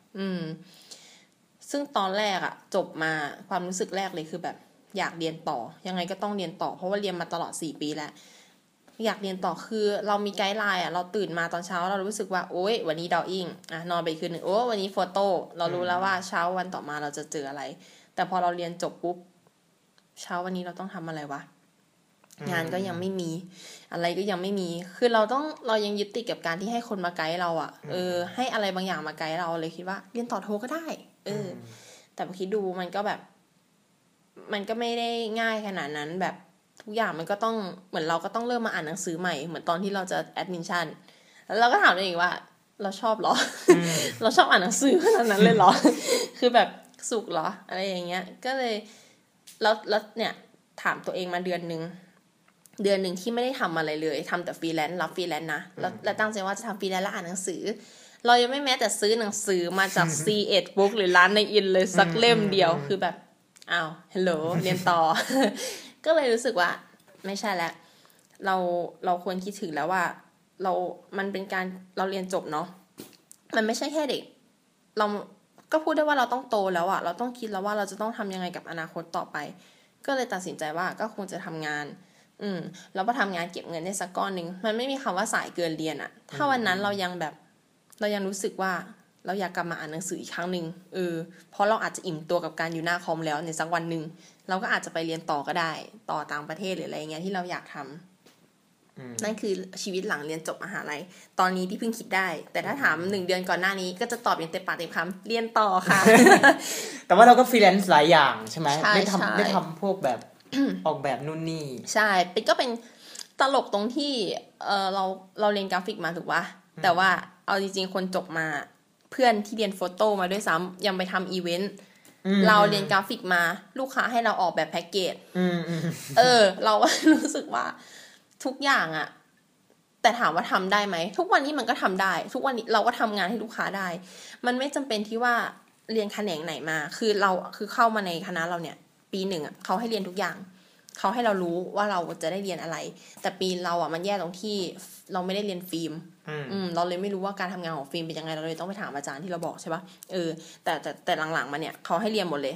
ซึ่งตอนแรกอะจบมาความรู้สึกแรกเลยคือแบบอยากเรียนต่อยังไงก็ต้องเรียนต่อเพราะว่าเรียนมาตลอด4 ปีแล้วอยากเรียนต่อคือเรามีไกด์ไลน์อ่ะเราตื่นมาตอนเช้าเรารู้สึกว่าโอ๊ยวันนี้ดออิ่งนอนไปคืนนึงโอ้วันนี้โฟโต้เรารู้แล้วว่าเช้าวันต่อมาเราจะเจออะไรแต่พอเราเรียนจบปุ๊บเช้าวันนี้เราต้องทำอะไรวะงานก็ยังไม่มีอะไรก็ยังไม่มีคือเรายังยึดติดกับการที่ให้คนมาไกด์เราอ่ะให้อะไรบางอย่างมาไกด์เราเลยคิดว่าเรียนต่อโทก็ได้แต่พอคิดดูมันก็แบบมันก็ไม่ได้ง่ายขนาดนั้นแบบทุกอย่างมันก็ต้องเหมือนเราก็ต้องเริ่มมาอ่านหนังสือใหม่เหมือนตอนที่เราจะแอดมิชชั่นแล้วเราก็ถามตัวเองว่าเราชอบหรอ เราชอบอ่านหนังสือขนาดนั้นเลยหรอ คือแบบสุขหรออะไรอย่างเงี้ยก็เลยแล้วเนี่ยถามตัวเองมาเดือนนึงที่ไม่ได้ทำอะไรเลยทำแต่ฟรีแลนซ์รับฟรีแลนซ์นะแล้วตั้งใจว่าจะทำฟรีแลนซ์แล้วอ่านหนังสือเรายังไม่แม้แต่ซื้อหนังสือมาจาก C1 Book หรือร้านในอินเลยสักเล่มเดียวคือแบบอ้าวฮัลโหลเรียนต่อ ก็เลยรู้สึกว่าไม่ใช่แล้วเราควรคิดถึงแล้วว่ามันเป็นการเราเรียนจบเนาะมันไม่ใช่แค่เด็กเราก็พูดได้ว่าเราต้องโตแล้วอะเราต้องคิดแล้วว่าเราจะต้องทำยังไงกับอนาคตต่อไปก็เลยตัดสินใจว่าก็คงจะทำงานแล้วพอทำงานเก็บเงินได้สักก้อนนึงมันไม่มีคำว่าสายเกินเรียนอะถ้าวันนั้นเรายังรู้สึกว่าเราอยากกลับมาอ่านหนังสืออีกครั้งนึงเพราะเราอาจจะอิ่มตัวกับการอยู่หน้าคอมแล้วในสักวันนึงเราก็อาจจะไปเรียนต่อก็ได้ต่อต่างประเทศหรืออะไรเงี้ยที่เราอยากทำนั่นคือชีวิตหลังเรียนจบมหาลัยตอนนี้ที่เพิ่งคิดได้แต่ถ้าถาม1 เดือนก่อนหน้านี้ก็จะตอบอย่างเต็มปากเต็มคำเรียนต่อค่ะแต่ว่าเราก็ฟรีแลนซ์หลายอย่างใช่ไหมได้ทำพวกแบบ ออกแบบนู่นนี่ใช่ก็เป็นตลกตรงที่เราเรียนกราฟิกมาถูกป่ะแต่ว่าเอาจริงๆคนจบมาเพื่อนที่เรียนโฟโต้มาด้วยซ้ำยังไปทำอีเวนต์เราเรียนกราฟิกมาลูกค้าให้เราออกแบบแพ็กเกจเรารู้สึกว่าทุกอย่างอะแต่ถามว่าทำได้ไหมทุกวันนี้มันก็ทำได้ทุกวันนี้เราก็ทำงานให้ลูกค้าได้มันไม่จำเป็นที่ว่าเรียนแขนงไหนมาคือเข้ามาในคณะเราเนี่ยปี1อ่ะเขาให้เรียนทุกอย่างเขาให้เรารู้ว่าเราจะได้เรียนอะไรแต่ปีเราอ่ะมันแย่ตรงที่เราไม่ได้เรียนฟิล์มเราเลยไม่รู้ว่าการทำงานของฟิล์มเป็นยังไงเราเลยต้องไปถามอาจารย์ที่เราบอกใช่ปะแต่หลังๆมาเนี่ยเขาให้เรียนหมดเลย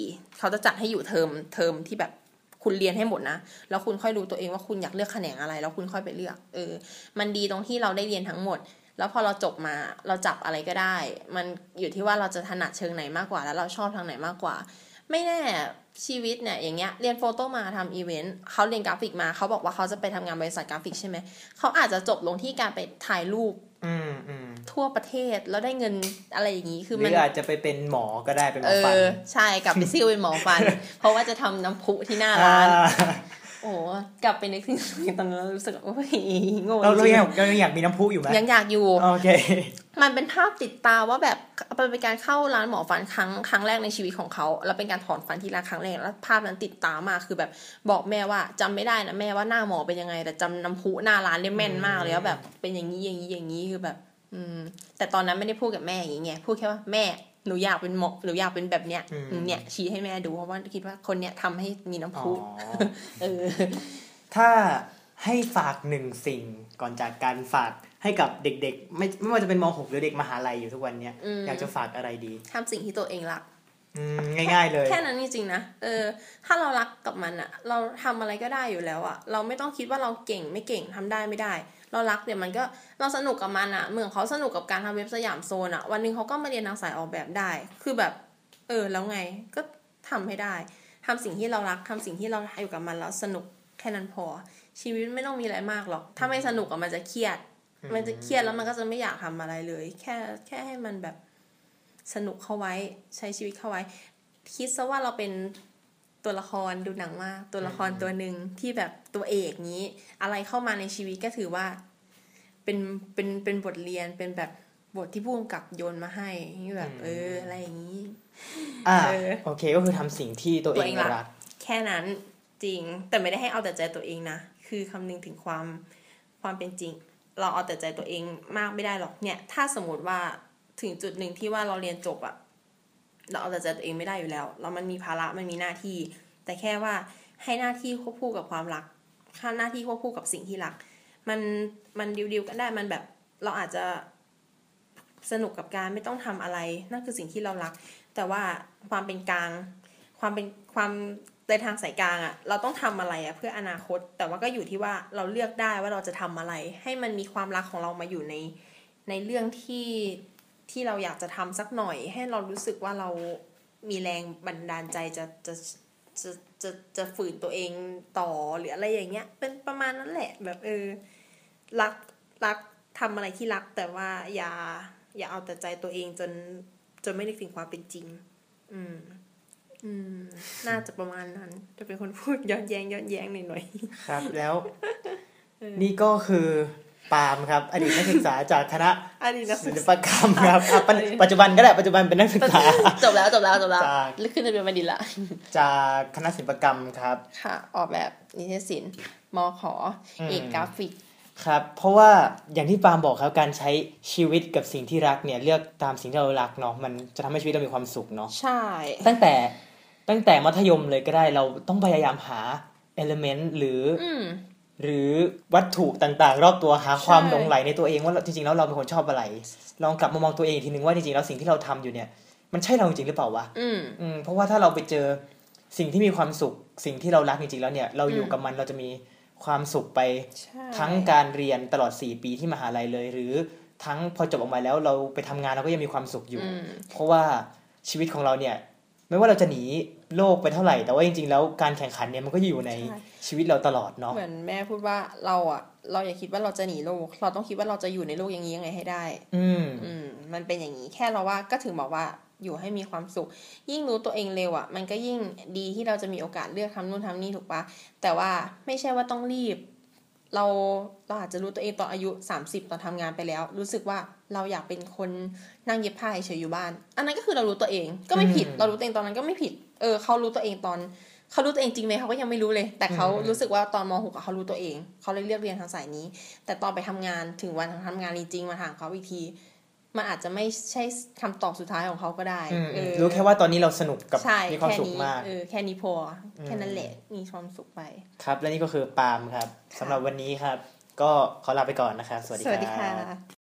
4เขาจะจัดให้อยู่เทอมที่แบบคุณเรียนให้หมดนะแล้วคุณค่อยรู้ตัวเองว่าคุณอยากเลือกแขนงอะไรแล้วคุณค่อยไปเลือกมันดีตรงที่เราได้เรียนทั้งหมดแล้วพอเราจบมาเราจับอะไรก็ได้มันอยู่ที่ว่าเราจะถนัดเชิงไหนมากกว่าแล้วเราชอบทางไหนมากกว่าไม่แน่ชีวิตเนี่ยอย่างเงี้ยเรียนโฟโต้มาทำอีเวนต์เขาเรียนกราฟิกมาเขาบอกว่าเขาจะไปทำงานบริษัทกราฟิกใช่ไหมเขาอาจจะจบลงที่การไปถ่ายรูปทั่วประเทศแล้วได้เงินอะไรอย่างงี้คือมันอาจจะไปเป็นหมอก็ได้เป็นหมอฟันใช่กลับไปซิ่วเป็นหมอฟัน เพราะว่าจะทำน้ำพุที่หน้าร้านโอ้กลับไปนึกถึงตอนนั้นรู้สึกโอ้ยโง่เราอยากมีน้ำพุอยู่ไหมยังอยากอยู่โอเคมันเป็นภาพติดตาว่าแบบเป็นการเข้าร้านหมอฟันครั้งแรกในชีวิตของเขาแล้วเป็นการถอนฟันที่ร้านครั้งแรกแล้วภาพนั้นติดตามากคือแบบบอกแม่ว่าจำไม่ได้นะแม่ว่าหน้าหมอเป็นยังไงแต่จำน้ำพุหน้าร้านได้แม่นมากเลยว่าแบบเป็นอย่างนี้คือแบบแต่ตอนนั้นไม่ได้พูดกับแม่อย่างเงี้ยพูดแค่ว่าแม่หนูอยากเป็นหมอหนูอยากเป็นแบบเนี้ยเนี่ยชี้ให้แม่ดูเพราะว่าคิดว่าคนเนี้ยทำให้มีน้ำพุถ้าให้ฝาก1 สิ่งก่อนจากการฝากให้กับเด็กๆไม่ว่าจะเป็นม.6 หรือเด็กมหาลัยอยู่ทุกวันเนี้ยอยากจะฝากอะไรดีทำสิ่งที่ตัวเองรักง่ายๆเลยแค่นั้นจริงๆนะถ้าเรารักกับมันอะเราทำอะไรก็ได้อยู่แล้วอะเราไม่ต้องคิดว่าเราเก่งไม่เก่งทำได้ไม่ได้เรารักเดี๋ยวมันก็เราสนุกกับมันอะเหมือนเขาสนุกกับการทำเว็บสยามโซนอะวันนึงเขาก็มาเรียนทางสายออกแบบได้คือแบบแล้วไงก็ทำให้ได้ทำสิ่งที่เรารักทำสิ่งที่เราอยู่กับมันแล้วสนุกแค่นั้นพอชีวิตไม่ต้องมีอะไรมากหรอกถ้าไม่สนุกมันจะเครียดแล้วมันก็จะไม่อยากทำอะไรเลยแค่ให้มันแบบสนุกเข้าไว้ใช้ชีวิตเข้าไว้คิดซะว่าเราเป็นตัวละครดูหนังมากตัวละครตัวนึงที่แบบตัวเอกนี้อะไรเข้ามาในชีวิตก็ถือว่าเป็นบทเรียนเป็นแบบบทที่ผู้กำกับโยนมาให้แบบอะไรอย่างนี้โอเคก็คือทำสิ่งที่ตัวเองรักแค่นั้นจริงแต่ไม่ได้ให้เอาแต่ใจตัวเองนะคือคำนึงถึงความเป็นจริงเราเอาแต่ใจตัวเองมากไม่ได้หรอกเนี่ยถ้าสมมติว่าถึงจุดหนึ่งที่ว่าเราเรียนจบอะเราเอาแต่ใจตัวเองไม่ได้อยู่แล้วเรามันมีภาระมันมีหน้าที่แต่แค่ว่าให้หน้าที่ควบคู่กับความรักหน้าที่ควบคู่กับสิ่งที่รักมันดิวกันได้มันแบบเราอาจจะสนุกกับการไม่ต้องทำอะไรนั่นคือสิ่งที่เรารักแต่ว่าความเป็นกลางความในทางสายกลางอ่ะเราต้องทำอะไรอ่ะเพื่ออนาคตแต่ว่าก็อยู่ที่ว่าเราเลือกได้ว่าเราจะทำอะไรให้มันมีความรักของเรามาอยู่ในเรื่องที่เราอยากจะทำสักหน่อยให้เรารู้สึกว่าเรามีแรงบันดาลใจจะฝืนตัวเองต่อหรืออะไรอย่างเงี้ยเป็นประมาณนั้นแหละแบบรักทำอะไรที่รักแต่ว่าอย่าเอาแต่ใจตัวเองจนไม่นึกถึงความเป็นจริงน่าจะประมาณนั้นจะเป็นคนพูดย้อนแย้งหน่อยๆครับแล้วนี่ก็คือปาล์มครับอดีตนักศึกษาจากคณะศิลปกรรมครับปัจจุบันก็ได้ปัจจุบันเป็นนักศึกษาจบแล้วลึกขึ้นเป็นบัณฑิตละจากคณะศิลปกรรมครับค่ะออกแบบนิเทศศิลป์มข.เอกกราฟิกครับเพราะว่าอย่างที่ปาล์มบอกครับการใช้ชีวิตกับสิ่งที่รักเนี่ยเลือกตามสิ่งที่เรารักเนาะมันจะทำให้ชีวิตเรามีความสุขเนาะใช่ตั้งแต่มัธยมเลยก็ได้เราต้องพยายามหาเอลิเมนต์หรือวัตถุต่างๆรอบตัวหาความหลงใหลในตัวเองว่าจริงๆแล้วเราเป็นคนชอบอะไรลองกลับมามองตัวเองอีกทีนึงว่าจริงๆแล้วสิ่งที่เราทำอยู่เนี่ยมันใช่เราจริงหรือเปล่าวะเพราะว่าถ้าเราไปเจอสิ่งที่มีความสุขสิ่งที่เรารักจริงๆแล้วเนี่ยเราอยู่กับมันเราจะมีความสุขไปทั้งการเรียนตลอด4ปีที่มหาลัยเลยหรือทั้งพอจบออกมาแล้วเราไปทำงานเราก็ยังมีความสุขอยู่เพราะว่าชีวิตของเราเนี่ยไม่ว่าเราจะหนีโลกไปเท่าไหร่แต่ว่าจริงๆแล้วการแข่งขันเนี่ยมันก็อยู่ในชีวิตเราตลอดเนาะเหมือนแม่พูดว่าเราอย่าคิดว่าเราจะหนีโลกเราต้องคิดว่าเราจะอยู่ในโลกอย่างนี้ยังไงให้ได้มันเป็นอย่างนี้แค่เราว่าก็ถึงบอกว่าอยู่ให้มีความสุขยิ่งรู้ตัวเองเร็วมันก็ยิ่งดีที่เราจะมีโอกาสเลือกทำนู่นทำนี่ถูกปะแต่ว่าไม่ใช่ว่าต้องรีบเราอาจจะรู้ตัวเองตอนอายุ30ตอนทำงานไปแล้วรู้สึกว่าเราอยากเป็นคนนั่งเย็บผ้าเฉยอยู่บ้านอันนั้นก็คือเรารู้ตัวเองก็ไม่ผิดเรารู้ตัวเองตอนนั้นก็ไม่ผิดเขารู้ตัวเองตอนเขารู้ตัวเองจริงไหมเขาก็ยังไม่รู้เลยแต่เขารู้สึกว่าตอนม.6เขารู้ตัวเองเขาเลยเลือกเรียนทางสายนี้แต่ตอนไปทำงานถึงวันทำงานจริงมาถามเขาอีกทีมันอาจจะไม่ใช่คำตอบสุดท้ายของเขาก็ได้รู้แค่ว่าตอนนี้เราสนุกกับมีความสุขมากแค่นี้พอแค่นั้นแหละมีความสุขไปครับและนี่ก็คือปาล์มครับสำหรับวันนี้ครับก็ขอลาไปก่อนนะครับสวัสดีค่ะ